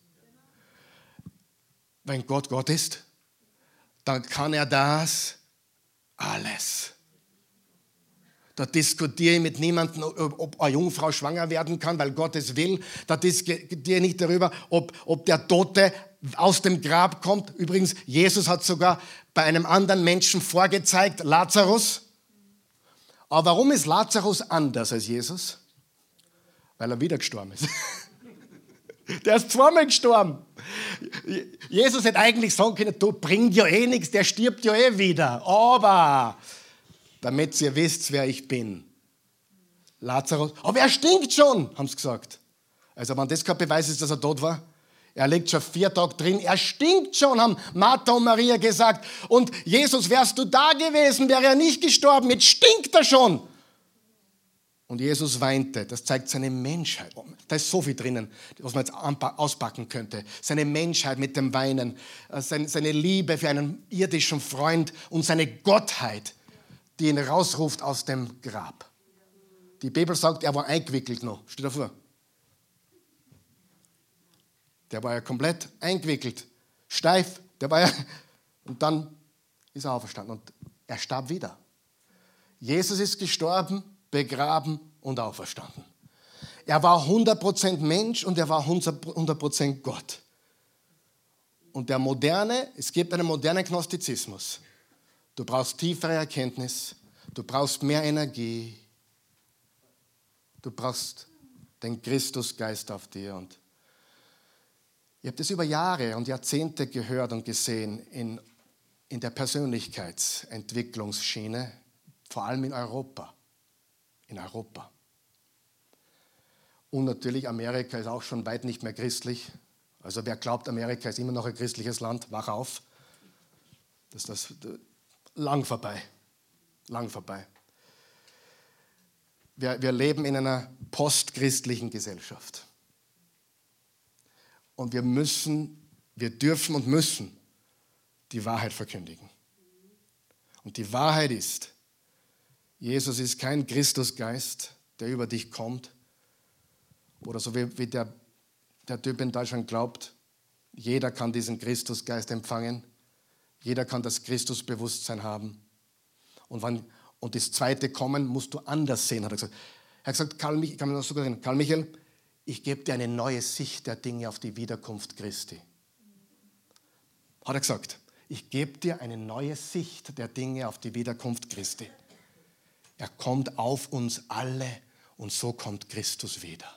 Speaker 1: Wenn Gott Gott ist, dann kann er das alles. Da diskutiere ich mit niemandem, ob eine Jungfrau schwanger werden kann, weil Gott es will. Da diskutiere ich nicht darüber, ob der Tote aus dem Grab kommt. Übrigens, Jesus hat sogar bei einem anderen Menschen vorgezeigt, Lazarus. Aber warum ist Lazarus anders als Jesus? Weil er wieder gestorben ist. Der ist zweimal gestorben. Jesus hätte eigentlich sagen können, du bringt ja eh nichts, der stirbt ja eh wieder. Aber, damit ihr wisst, wer ich bin. Lazarus, aber er stinkt schon, haben sie gesagt. Also wenn das kein Beweis ist, dass er tot war. Er liegt schon 4 Tage drin, er stinkt schon, haben Martha und Maria gesagt. Und Jesus, wärst du da gewesen, wäre er nicht gestorben, jetzt stinkt er schon. Und Jesus weinte, das zeigt seine Menschheit. Da ist so viel drinnen, was man jetzt auspacken könnte. Seine Menschheit mit dem Weinen, seine Liebe für einen irdischen Freund und seine Gottheit, die ihn rausruft aus dem Grab. Die Bibel sagt, er war eingewickelt noch. Stell dir vor. Der war ja komplett eingewickelt, steif. Und dann ist er auferstanden und er starb wieder. Jesus ist gestorben, begraben und auferstanden. Er war 100% Mensch und er war 100% Gott. Und es gibt einen modernen Gnostizismus. Du brauchst tiefere Erkenntnis, du brauchst mehr Energie, du brauchst den Christusgeist auf dir. Und ich habe das über Jahre und Jahrzehnte gehört und gesehen in der Persönlichkeitsentwicklungsschiene, vor allem in Europa. In Europa. Und natürlich, Amerika ist auch schon weit nicht mehr christlich. Also wer glaubt, Amerika ist immer noch ein christliches Land, wach auf. Das ist lang vorbei. Lang vorbei. Wir leben in einer postchristlichen Gesellschaft. Und wir dürfen und müssen die Wahrheit verkündigen. Und die Wahrheit ist, Jesus ist kein Christusgeist, der über dich kommt. Oder so wie der Typ in Deutschland glaubt, jeder kann diesen Christusgeist empfangen. Jeder kann das Christusbewusstsein haben. Und das zweite Kommen musst du anders sehen, hat er gesagt. Er hat gesagt, ich kann mich noch so gut erinnern, Karl Michael, ich gebe dir eine neue Sicht der Dinge auf die Wiederkunft Christi. Hat er gesagt, ich gebe dir eine neue Sicht der Dinge auf die Wiederkunft Christi. Er kommt auf uns alle und so kommt Christus wieder.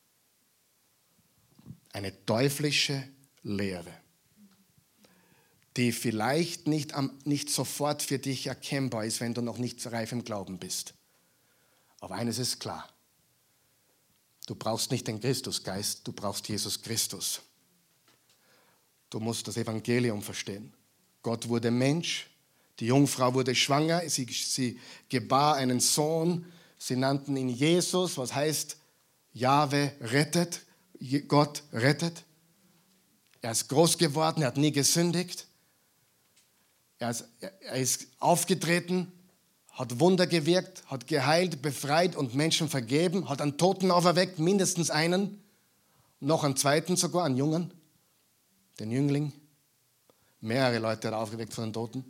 Speaker 1: Eine teuflische Lehre, die vielleicht nicht sofort für dich erkennbar ist, wenn du noch nicht reif im Glauben bist. Aber eines ist klar, du brauchst nicht den Christusgeist, du brauchst Jesus Christus. Du musst das Evangelium verstehen. Gott wurde Mensch, die Jungfrau wurde schwanger, sie gebar einen Sohn, sie nannten ihn Jesus, was heißt, Jahwe rettet, Gott rettet. Er ist groß geworden, er hat nie gesündigt. Er ist aufgetreten, hat Wunder gewirkt, hat geheilt, befreit und Menschen vergeben, hat einen Toten auferweckt, mindestens einen, noch einen zweiten sogar, einen Jungen, den Jüngling. Mehrere Leute hat er aufgeweckt von den Toten.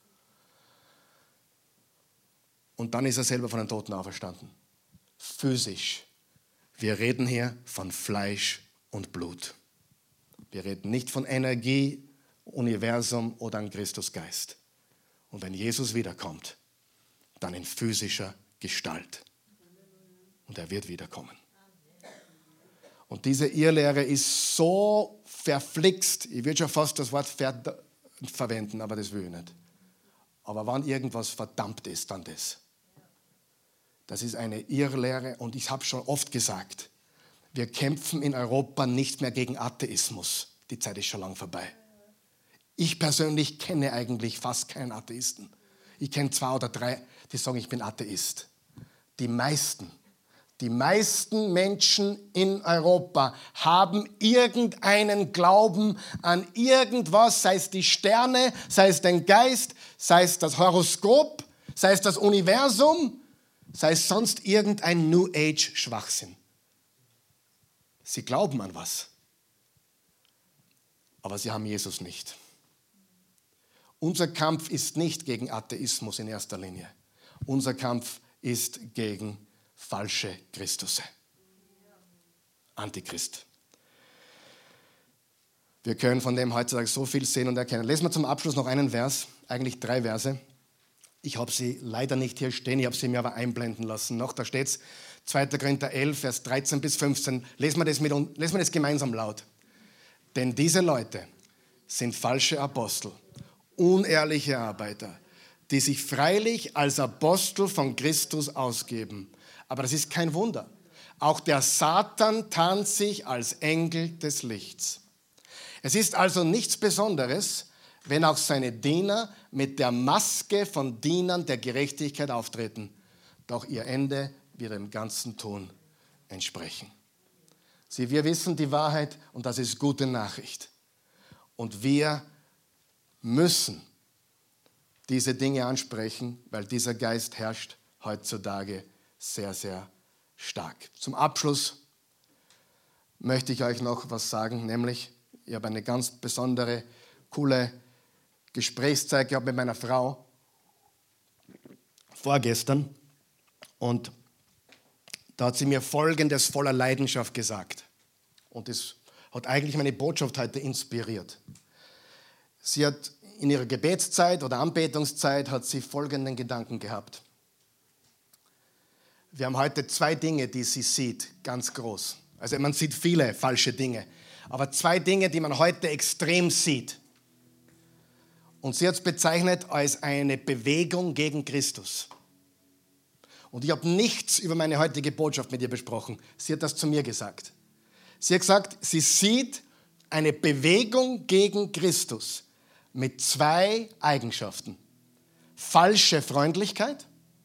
Speaker 1: Und dann ist er selber von den Toten auferstanden. Physisch. Wir reden hier von Fleisch und Blut. Wir reden nicht von Energie, Universum oder einem Christusgeist. Und wenn Jesus wiederkommt, dann in physischer Gestalt. Und er wird wiederkommen. Und diese Irrlehre ist so verflixt, ich würde schon fast das Wort verwenden, aber das will ich nicht. Aber wann irgendwas verdammt ist, dann das. Das ist eine Irrlehre und ich habe schon oft gesagt, wir kämpfen in Europa nicht mehr gegen Atheismus. Die Zeit ist schon lang vorbei. Ich persönlich kenne eigentlich fast keinen Atheisten. Ich kenne 2 oder 3, die sagen, ich bin Atheist. Die meisten Menschen in Europa haben irgendeinen Glauben an irgendwas, sei es die Sterne, sei es den Geist, sei es das Horoskop, sei es das Universum, sei es sonst irgendein New Age Schwachsinn. Sie glauben an was, aber sie haben Jesus nicht. Unser Kampf ist nicht gegen Atheismus in erster Linie. Unser Kampf ist gegen falsche Christusse. Antichrist. Wir können von dem heutzutage so viel sehen und erkennen. Lesen wir zum Abschluss noch einen Vers, eigentlich 3 Verse. Ich habe sie leider nicht hier stehen, ich habe sie mir aber einblenden lassen. Noch, da steht es, 2. Korinther 11, Vers 13 bis 15. Lesen wir das gemeinsam laut. Denn diese Leute sind falsche Apostel, unehrliche Arbeiter, die sich freilich als Apostel von Christus ausgeben. Aber das ist kein Wunder. Auch der Satan tarnt sich als Engel des Lichts. Es ist also nichts Besonderes, wenn auch seine Diener mit der Maske von Dienern der Gerechtigkeit auftreten. Doch ihr Ende wird dem ganzen Tun entsprechen. Wir wissen die Wahrheit und das ist gute Nachricht. Und wir müssen diese Dinge ansprechen, weil dieser Geist herrscht heutzutage sehr, sehr stark. Zum Abschluss möchte ich euch noch was sagen, nämlich, ich habe eine ganz besondere, coole Gesprächszeit gehabt mit meiner Frau vorgestern und da hat sie mir Folgendes voller Leidenschaft gesagt und das hat eigentlich meine Botschaft heute inspiriert. Sie hat in ihrer Gebetszeit oder Anbetungszeit hat sie folgenden Gedanken gehabt. Wir haben heute 2 Dinge, die sie sieht, ganz groß. Also man sieht viele falsche Dinge, aber 2 Dinge, die man heute extrem sieht. Und sie hat es bezeichnet als eine Bewegung gegen Christus. Und ich habe nichts über meine heutige Botschaft mit ihr besprochen. Sie hat das zu mir gesagt. Sie hat gesagt, sie sieht eine Bewegung gegen Christus mit 2 Eigenschaften. Falsche Freundlichkeit,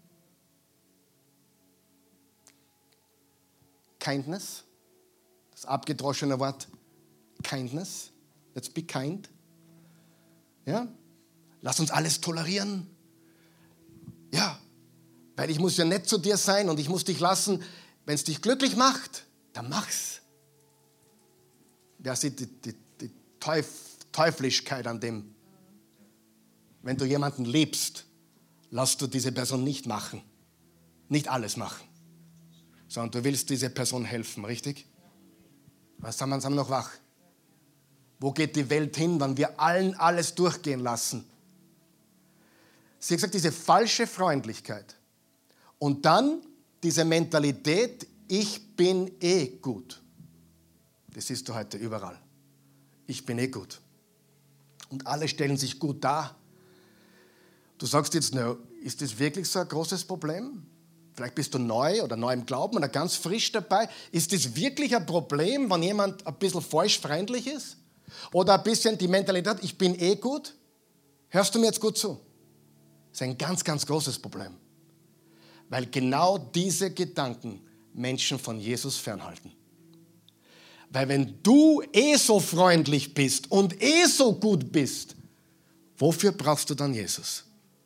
Speaker 1: Kindness, das abgedroschene Wort Kindness, let's be kind. Ja? Lass uns alles tolerieren. Ja, weil ich muss ja nett zu dir sein und ich muss dich lassen. Wenn es dich glücklich macht, dann mach's. Wer sieht die Teuflischkeit an dem? Wenn du jemanden liebst, lass du diese Person nicht machen. Nicht alles machen. Sondern du willst dieser Person helfen, richtig? Was haben wir noch wach? Wo geht die Welt hin, wenn wir allen alles durchgehen lassen? Sie hat gesagt, diese falsche Freundlichkeit. Und dann diese Mentalität, ich bin eh gut. Das siehst du heute überall. Ich bin eh gut. Und alle stellen sich gut dar. Du sagst jetzt, na, ist das wirklich so ein großes Problem? Vielleicht bist du neu oder neu im Glauben oder ganz frisch dabei. Ist das wirklich ein Problem, wenn jemand ein bisschen falsch freundlich ist? Oder ein bisschen die Mentalität, ich bin eh gut? Hörst du mir jetzt gut zu? Das ist ein ganz, ganz großes Problem. Weil genau diese Gedanken Menschen von Jesus fernhalten. Weil wenn du eh so freundlich bist und eh so gut bist, wofür brauchst du dann Jesus?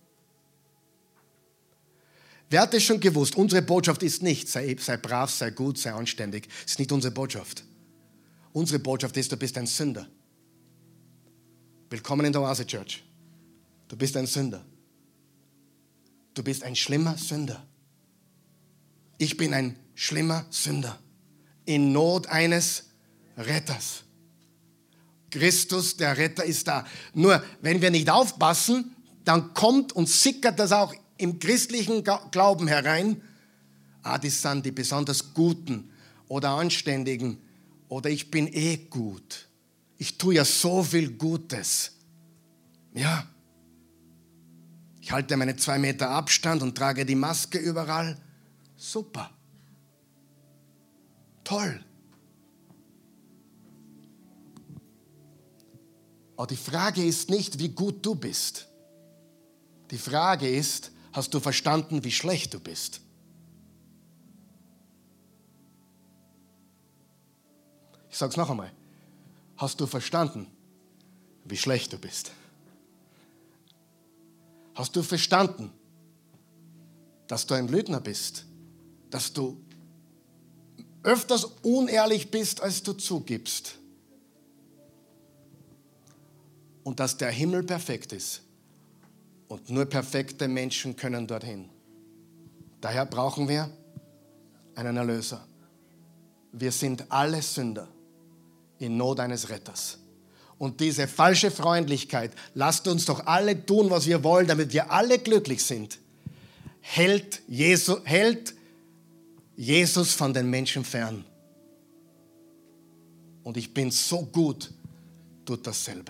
Speaker 1: Wer hat es schon gewusst? Unsere Botschaft ist nicht, sei brav, sei gut, sei anständig. Das ist nicht unsere Botschaft. Unsere Botschaft ist, du bist ein Sünder. Willkommen in der Oase Church. Du bist ein Sünder. Du bist ein schlimmer Sünder. Ich bin ein schlimmer Sünder. In Not eines Retters. Christus, der Retter, ist da. Nur, wenn wir nicht aufpassen, dann kommt und sickert das auch im christlichen Glauben herein. Das sind die besonders Guten oder Anständigen. Oder ich bin eh gut. Ich tue ja so viel Gutes. Ja. Ich halte meine 2 Meter Abstand und trage die Maske überall. Super. Toll. Aber die Frage ist nicht, wie gut du bist. Die Frage ist, hast du verstanden, wie schlecht du bist? Ich sage es noch einmal. Hast du verstanden, wie schlecht du bist? Hast du verstanden, dass du ein Lügner bist? Dass du öfters unehrlich bist, als du zugibst? Und dass der Himmel perfekt ist. Und nur perfekte Menschen können dorthin. Daher brauchen wir einen Erlöser. Wir sind alle Sünder in Not eines Retters. Und diese falsche Freundlichkeit, lasst uns doch alle tun, was wir wollen, damit wir alle glücklich sind, hält Jesus von den Menschen fern. Und ich bin so gut, tut dasselbe.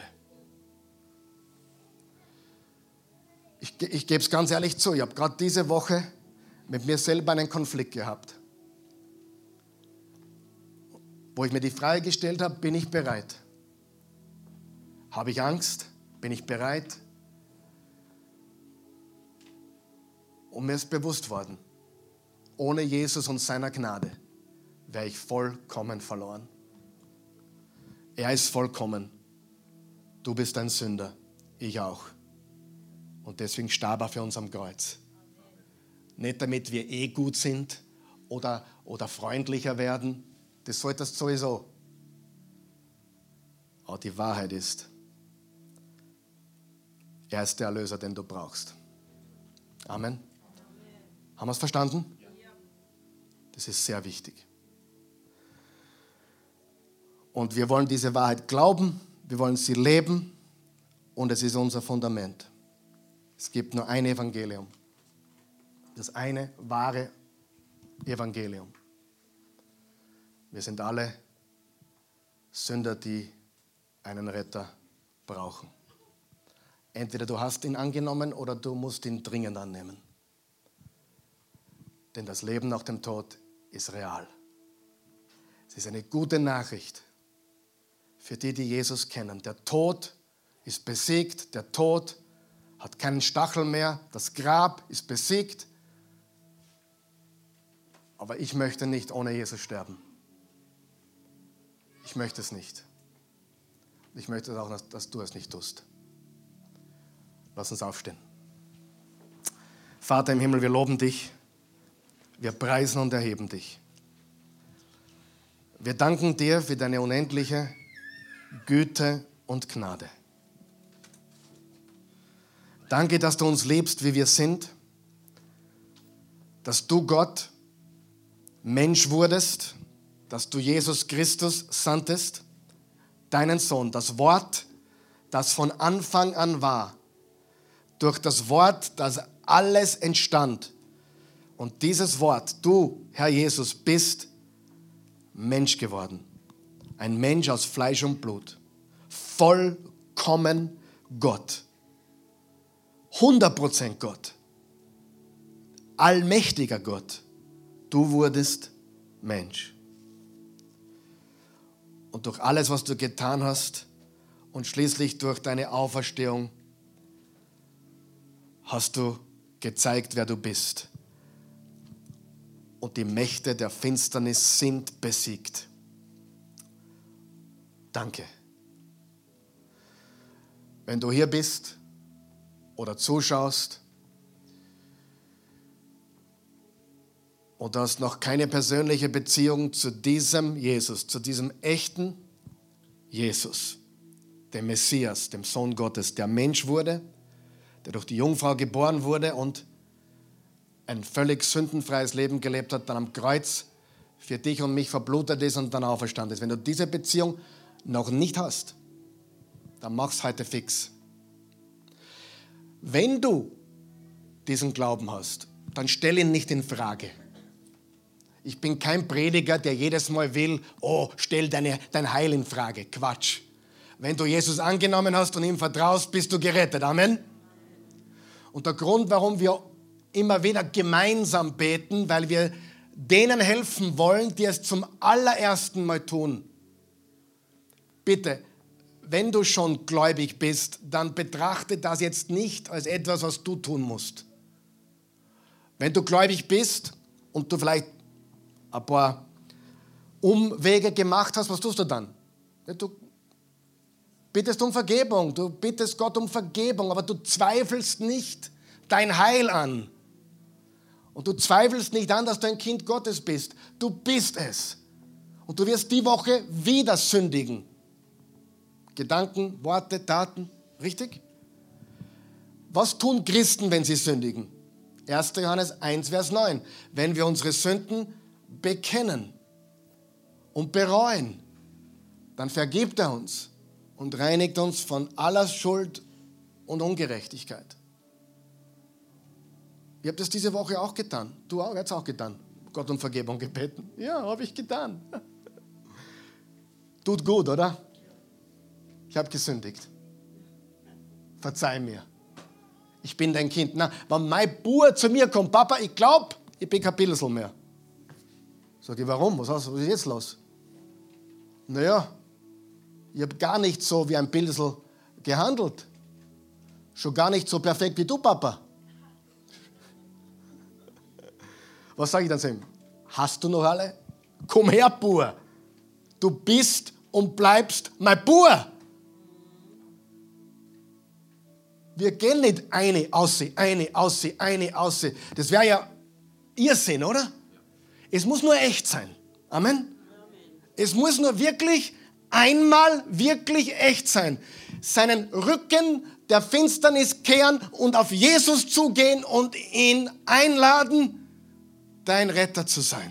Speaker 1: Ich gebe es ganz ehrlich zu, ich habe gerade diese Woche mit mir selber einen Konflikt gehabt. Wo ich mir die Frage gestellt habe, bin ich bereit? Habe ich Angst? Bin ich bereit? Und mir ist bewusst worden, ohne Jesus und seiner Gnade wäre ich vollkommen verloren. Er ist vollkommen. Du bist ein Sünder, ich auch. Und deswegen starb er für uns am Kreuz. Nicht damit wir gut sind oder freundlicher werden. Das solltest du sowieso. Aber die Wahrheit ist, er ist der Erlöser, den du brauchst. Amen. Haben wir es verstanden? Das ist sehr wichtig. Und wir wollen diese Wahrheit glauben, wir wollen sie leben und es ist unser Fundament. Es gibt nur ein Evangelium. Das eine wahre Evangelium. Wir sind alle Sünder, die einen Retter brauchen. Entweder du hast ihn angenommen oder du musst ihn dringend annehmen. Denn das Leben nach dem Tod ist real. Es ist eine gute Nachricht für die, die Jesus kennen. Der Tod ist besiegt, der Tod hat keinen Stachel mehr, das Grab ist besiegt. Aber ich möchte nicht ohne Jesus sterben. Ich möchte es nicht. Ich möchte auch, dass du es nicht tust. Lass uns aufstehen. Vater im Himmel, wir loben dich. Wir preisen und erheben dich. Wir danken dir für deine unendliche Güte und Gnade. Danke, dass du uns liebst, wie wir sind. Dass du Gott Mensch wurdest. Dass du Jesus Christus sandtest. Deinen Sohn, das Wort, das von Anfang an war. Durch das Wort, das alles entstand. Und dieses Wort, du, Herr Jesus, bist Mensch geworden. Ein Mensch aus Fleisch und Blut. Vollkommen Gott. 100% Gott. Allmächtiger Gott. Du wurdest Mensch. Und durch alles, was du getan hast und schließlich durch deine Auferstehung hast du gezeigt, wer du bist. Und die Mächte der Finsternis sind besiegt. Danke. Wenn du hier bist oder zuschaust und du hast noch keine persönliche Beziehung zu diesem Jesus, zu diesem echten Jesus, dem Messias, dem Sohn Gottes, der Mensch wurde, der durch die Jungfrau geboren wurde und ein völlig sündenfreies Leben gelebt hat, dann am Kreuz für dich und mich verblutet ist und dann auferstanden ist. Wenn du diese Beziehung noch nicht hast, dann mach's heute fix. Wenn du diesen Glauben hast, dann stell ihn nicht in Frage. Ich bin kein Prediger, der jedes Mal will, stell dein Heil in Frage. Quatsch. Wenn du Jesus angenommen hast und ihm vertraust, bist du gerettet. Amen. Und der Grund, warum wir immer wieder gemeinsam beten, weil wir denen helfen wollen, die es zum allerersten Mal tun. Bitte, wenn du schon gläubig bist, dann betrachte das jetzt nicht als etwas, was du tun musst. Wenn du gläubig bist und du vielleicht ein paar Umwege gemacht hast, was tust du dann? Du bittest um Vergebung, du bittest Gott um Vergebung, aber du zweifelst nicht dein Heil an. Und du zweifelst nicht an, dass du ein Kind Gottes bist. Du bist es. Und du wirst die Woche wieder sündigen. Gedanken, Worte, Taten, richtig? Was tun Christen, wenn sie sündigen? 1. Johannes 1, Vers 9. Wenn wir unsere Sünden bekennen und bereuen, dann vergibt er uns und reinigt uns von aller Schuld und Ungerechtigkeit. Ich habe das diese Woche auch getan. Du auch, jetzt auch getan. Gott um Vergebung gebeten. Ja, habe ich getan. Tut gut, oder? Ich habe gesündigt. Verzeih mir. Ich bin dein Kind. Na, wenn mein Bub zu mir kommt, Papa, ich glaube, ich bin kein Pilsel mehr. Sag ich, warum? Was ist jetzt los? Naja, ich habe gar nicht so wie ein Pilsel gehandelt. Schon gar nicht so perfekt wie du, Papa. Was sage ich dann zu ihm? Hast du noch alle? Komm her, Bub. Du bist und bleibst mein Bub. Wir gehen nicht eine aussehen. Das wäre ja Irrsinn, oder? Es muss nur echt sein. Amen. Es muss nur wirklich einmal wirklich echt sein. Seinen Rücken der Finsternis kehren und auf Jesus zugehen und ihn einladen, dein Retter zu sein.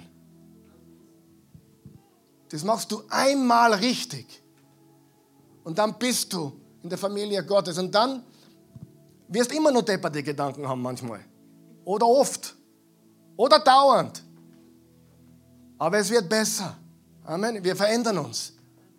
Speaker 1: Das machst du einmal richtig. Und dann bist du in der Familie Gottes. Und dann wirst du immer noch depperte Gedanken haben manchmal. Oder oft. Oder dauernd. Aber es wird besser. Amen. Wir verändern uns.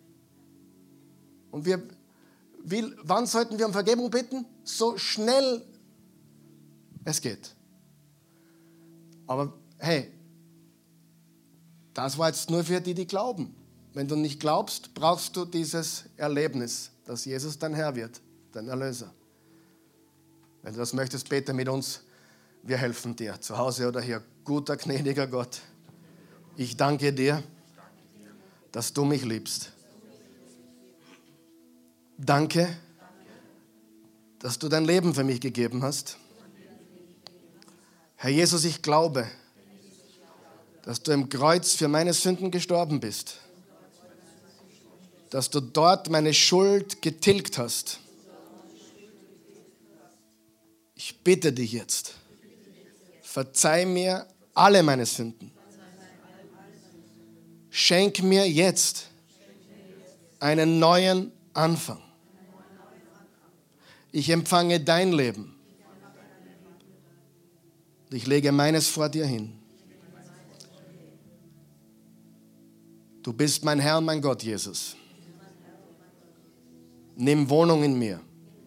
Speaker 1: Und wann sollten wir um Vergebung bitten? So schnell es geht. Aber hey, das war jetzt nur für die, die glauben. Wenn du nicht glaubst, brauchst du dieses Erlebnis, dass Jesus dein Herr wird, dein Erlöser. Wenn du das möchtest, bete mit uns. Wir helfen dir, zu Hause oder hier. Guter, gnädiger Gott, ich danke dir, dass du mich liebst. Danke, dass du dein Leben für mich gegeben hast. Herr Jesus, ich glaube, dass du im Kreuz für meine Sünden gestorben bist. Dass du dort meine Schuld getilgt hast. Ich bitte dich jetzt, verzeih mir alle meine Sünden. Schenk mir jetzt einen neuen Anfang. Ich empfange dein Leben. Ich lege meines vor dir hin. Du bist mein Herr und mein Gott, Jesus. Nimm Wohnung in mir.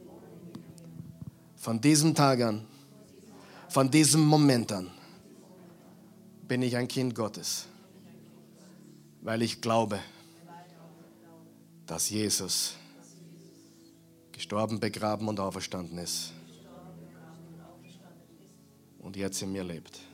Speaker 1: Von diesem Tag an, von diesem Moment an, bin ich ein Kind Gottes, weil ich glaube, dass Jesus gestorben, begraben und auferstanden ist und jetzt in mir lebt.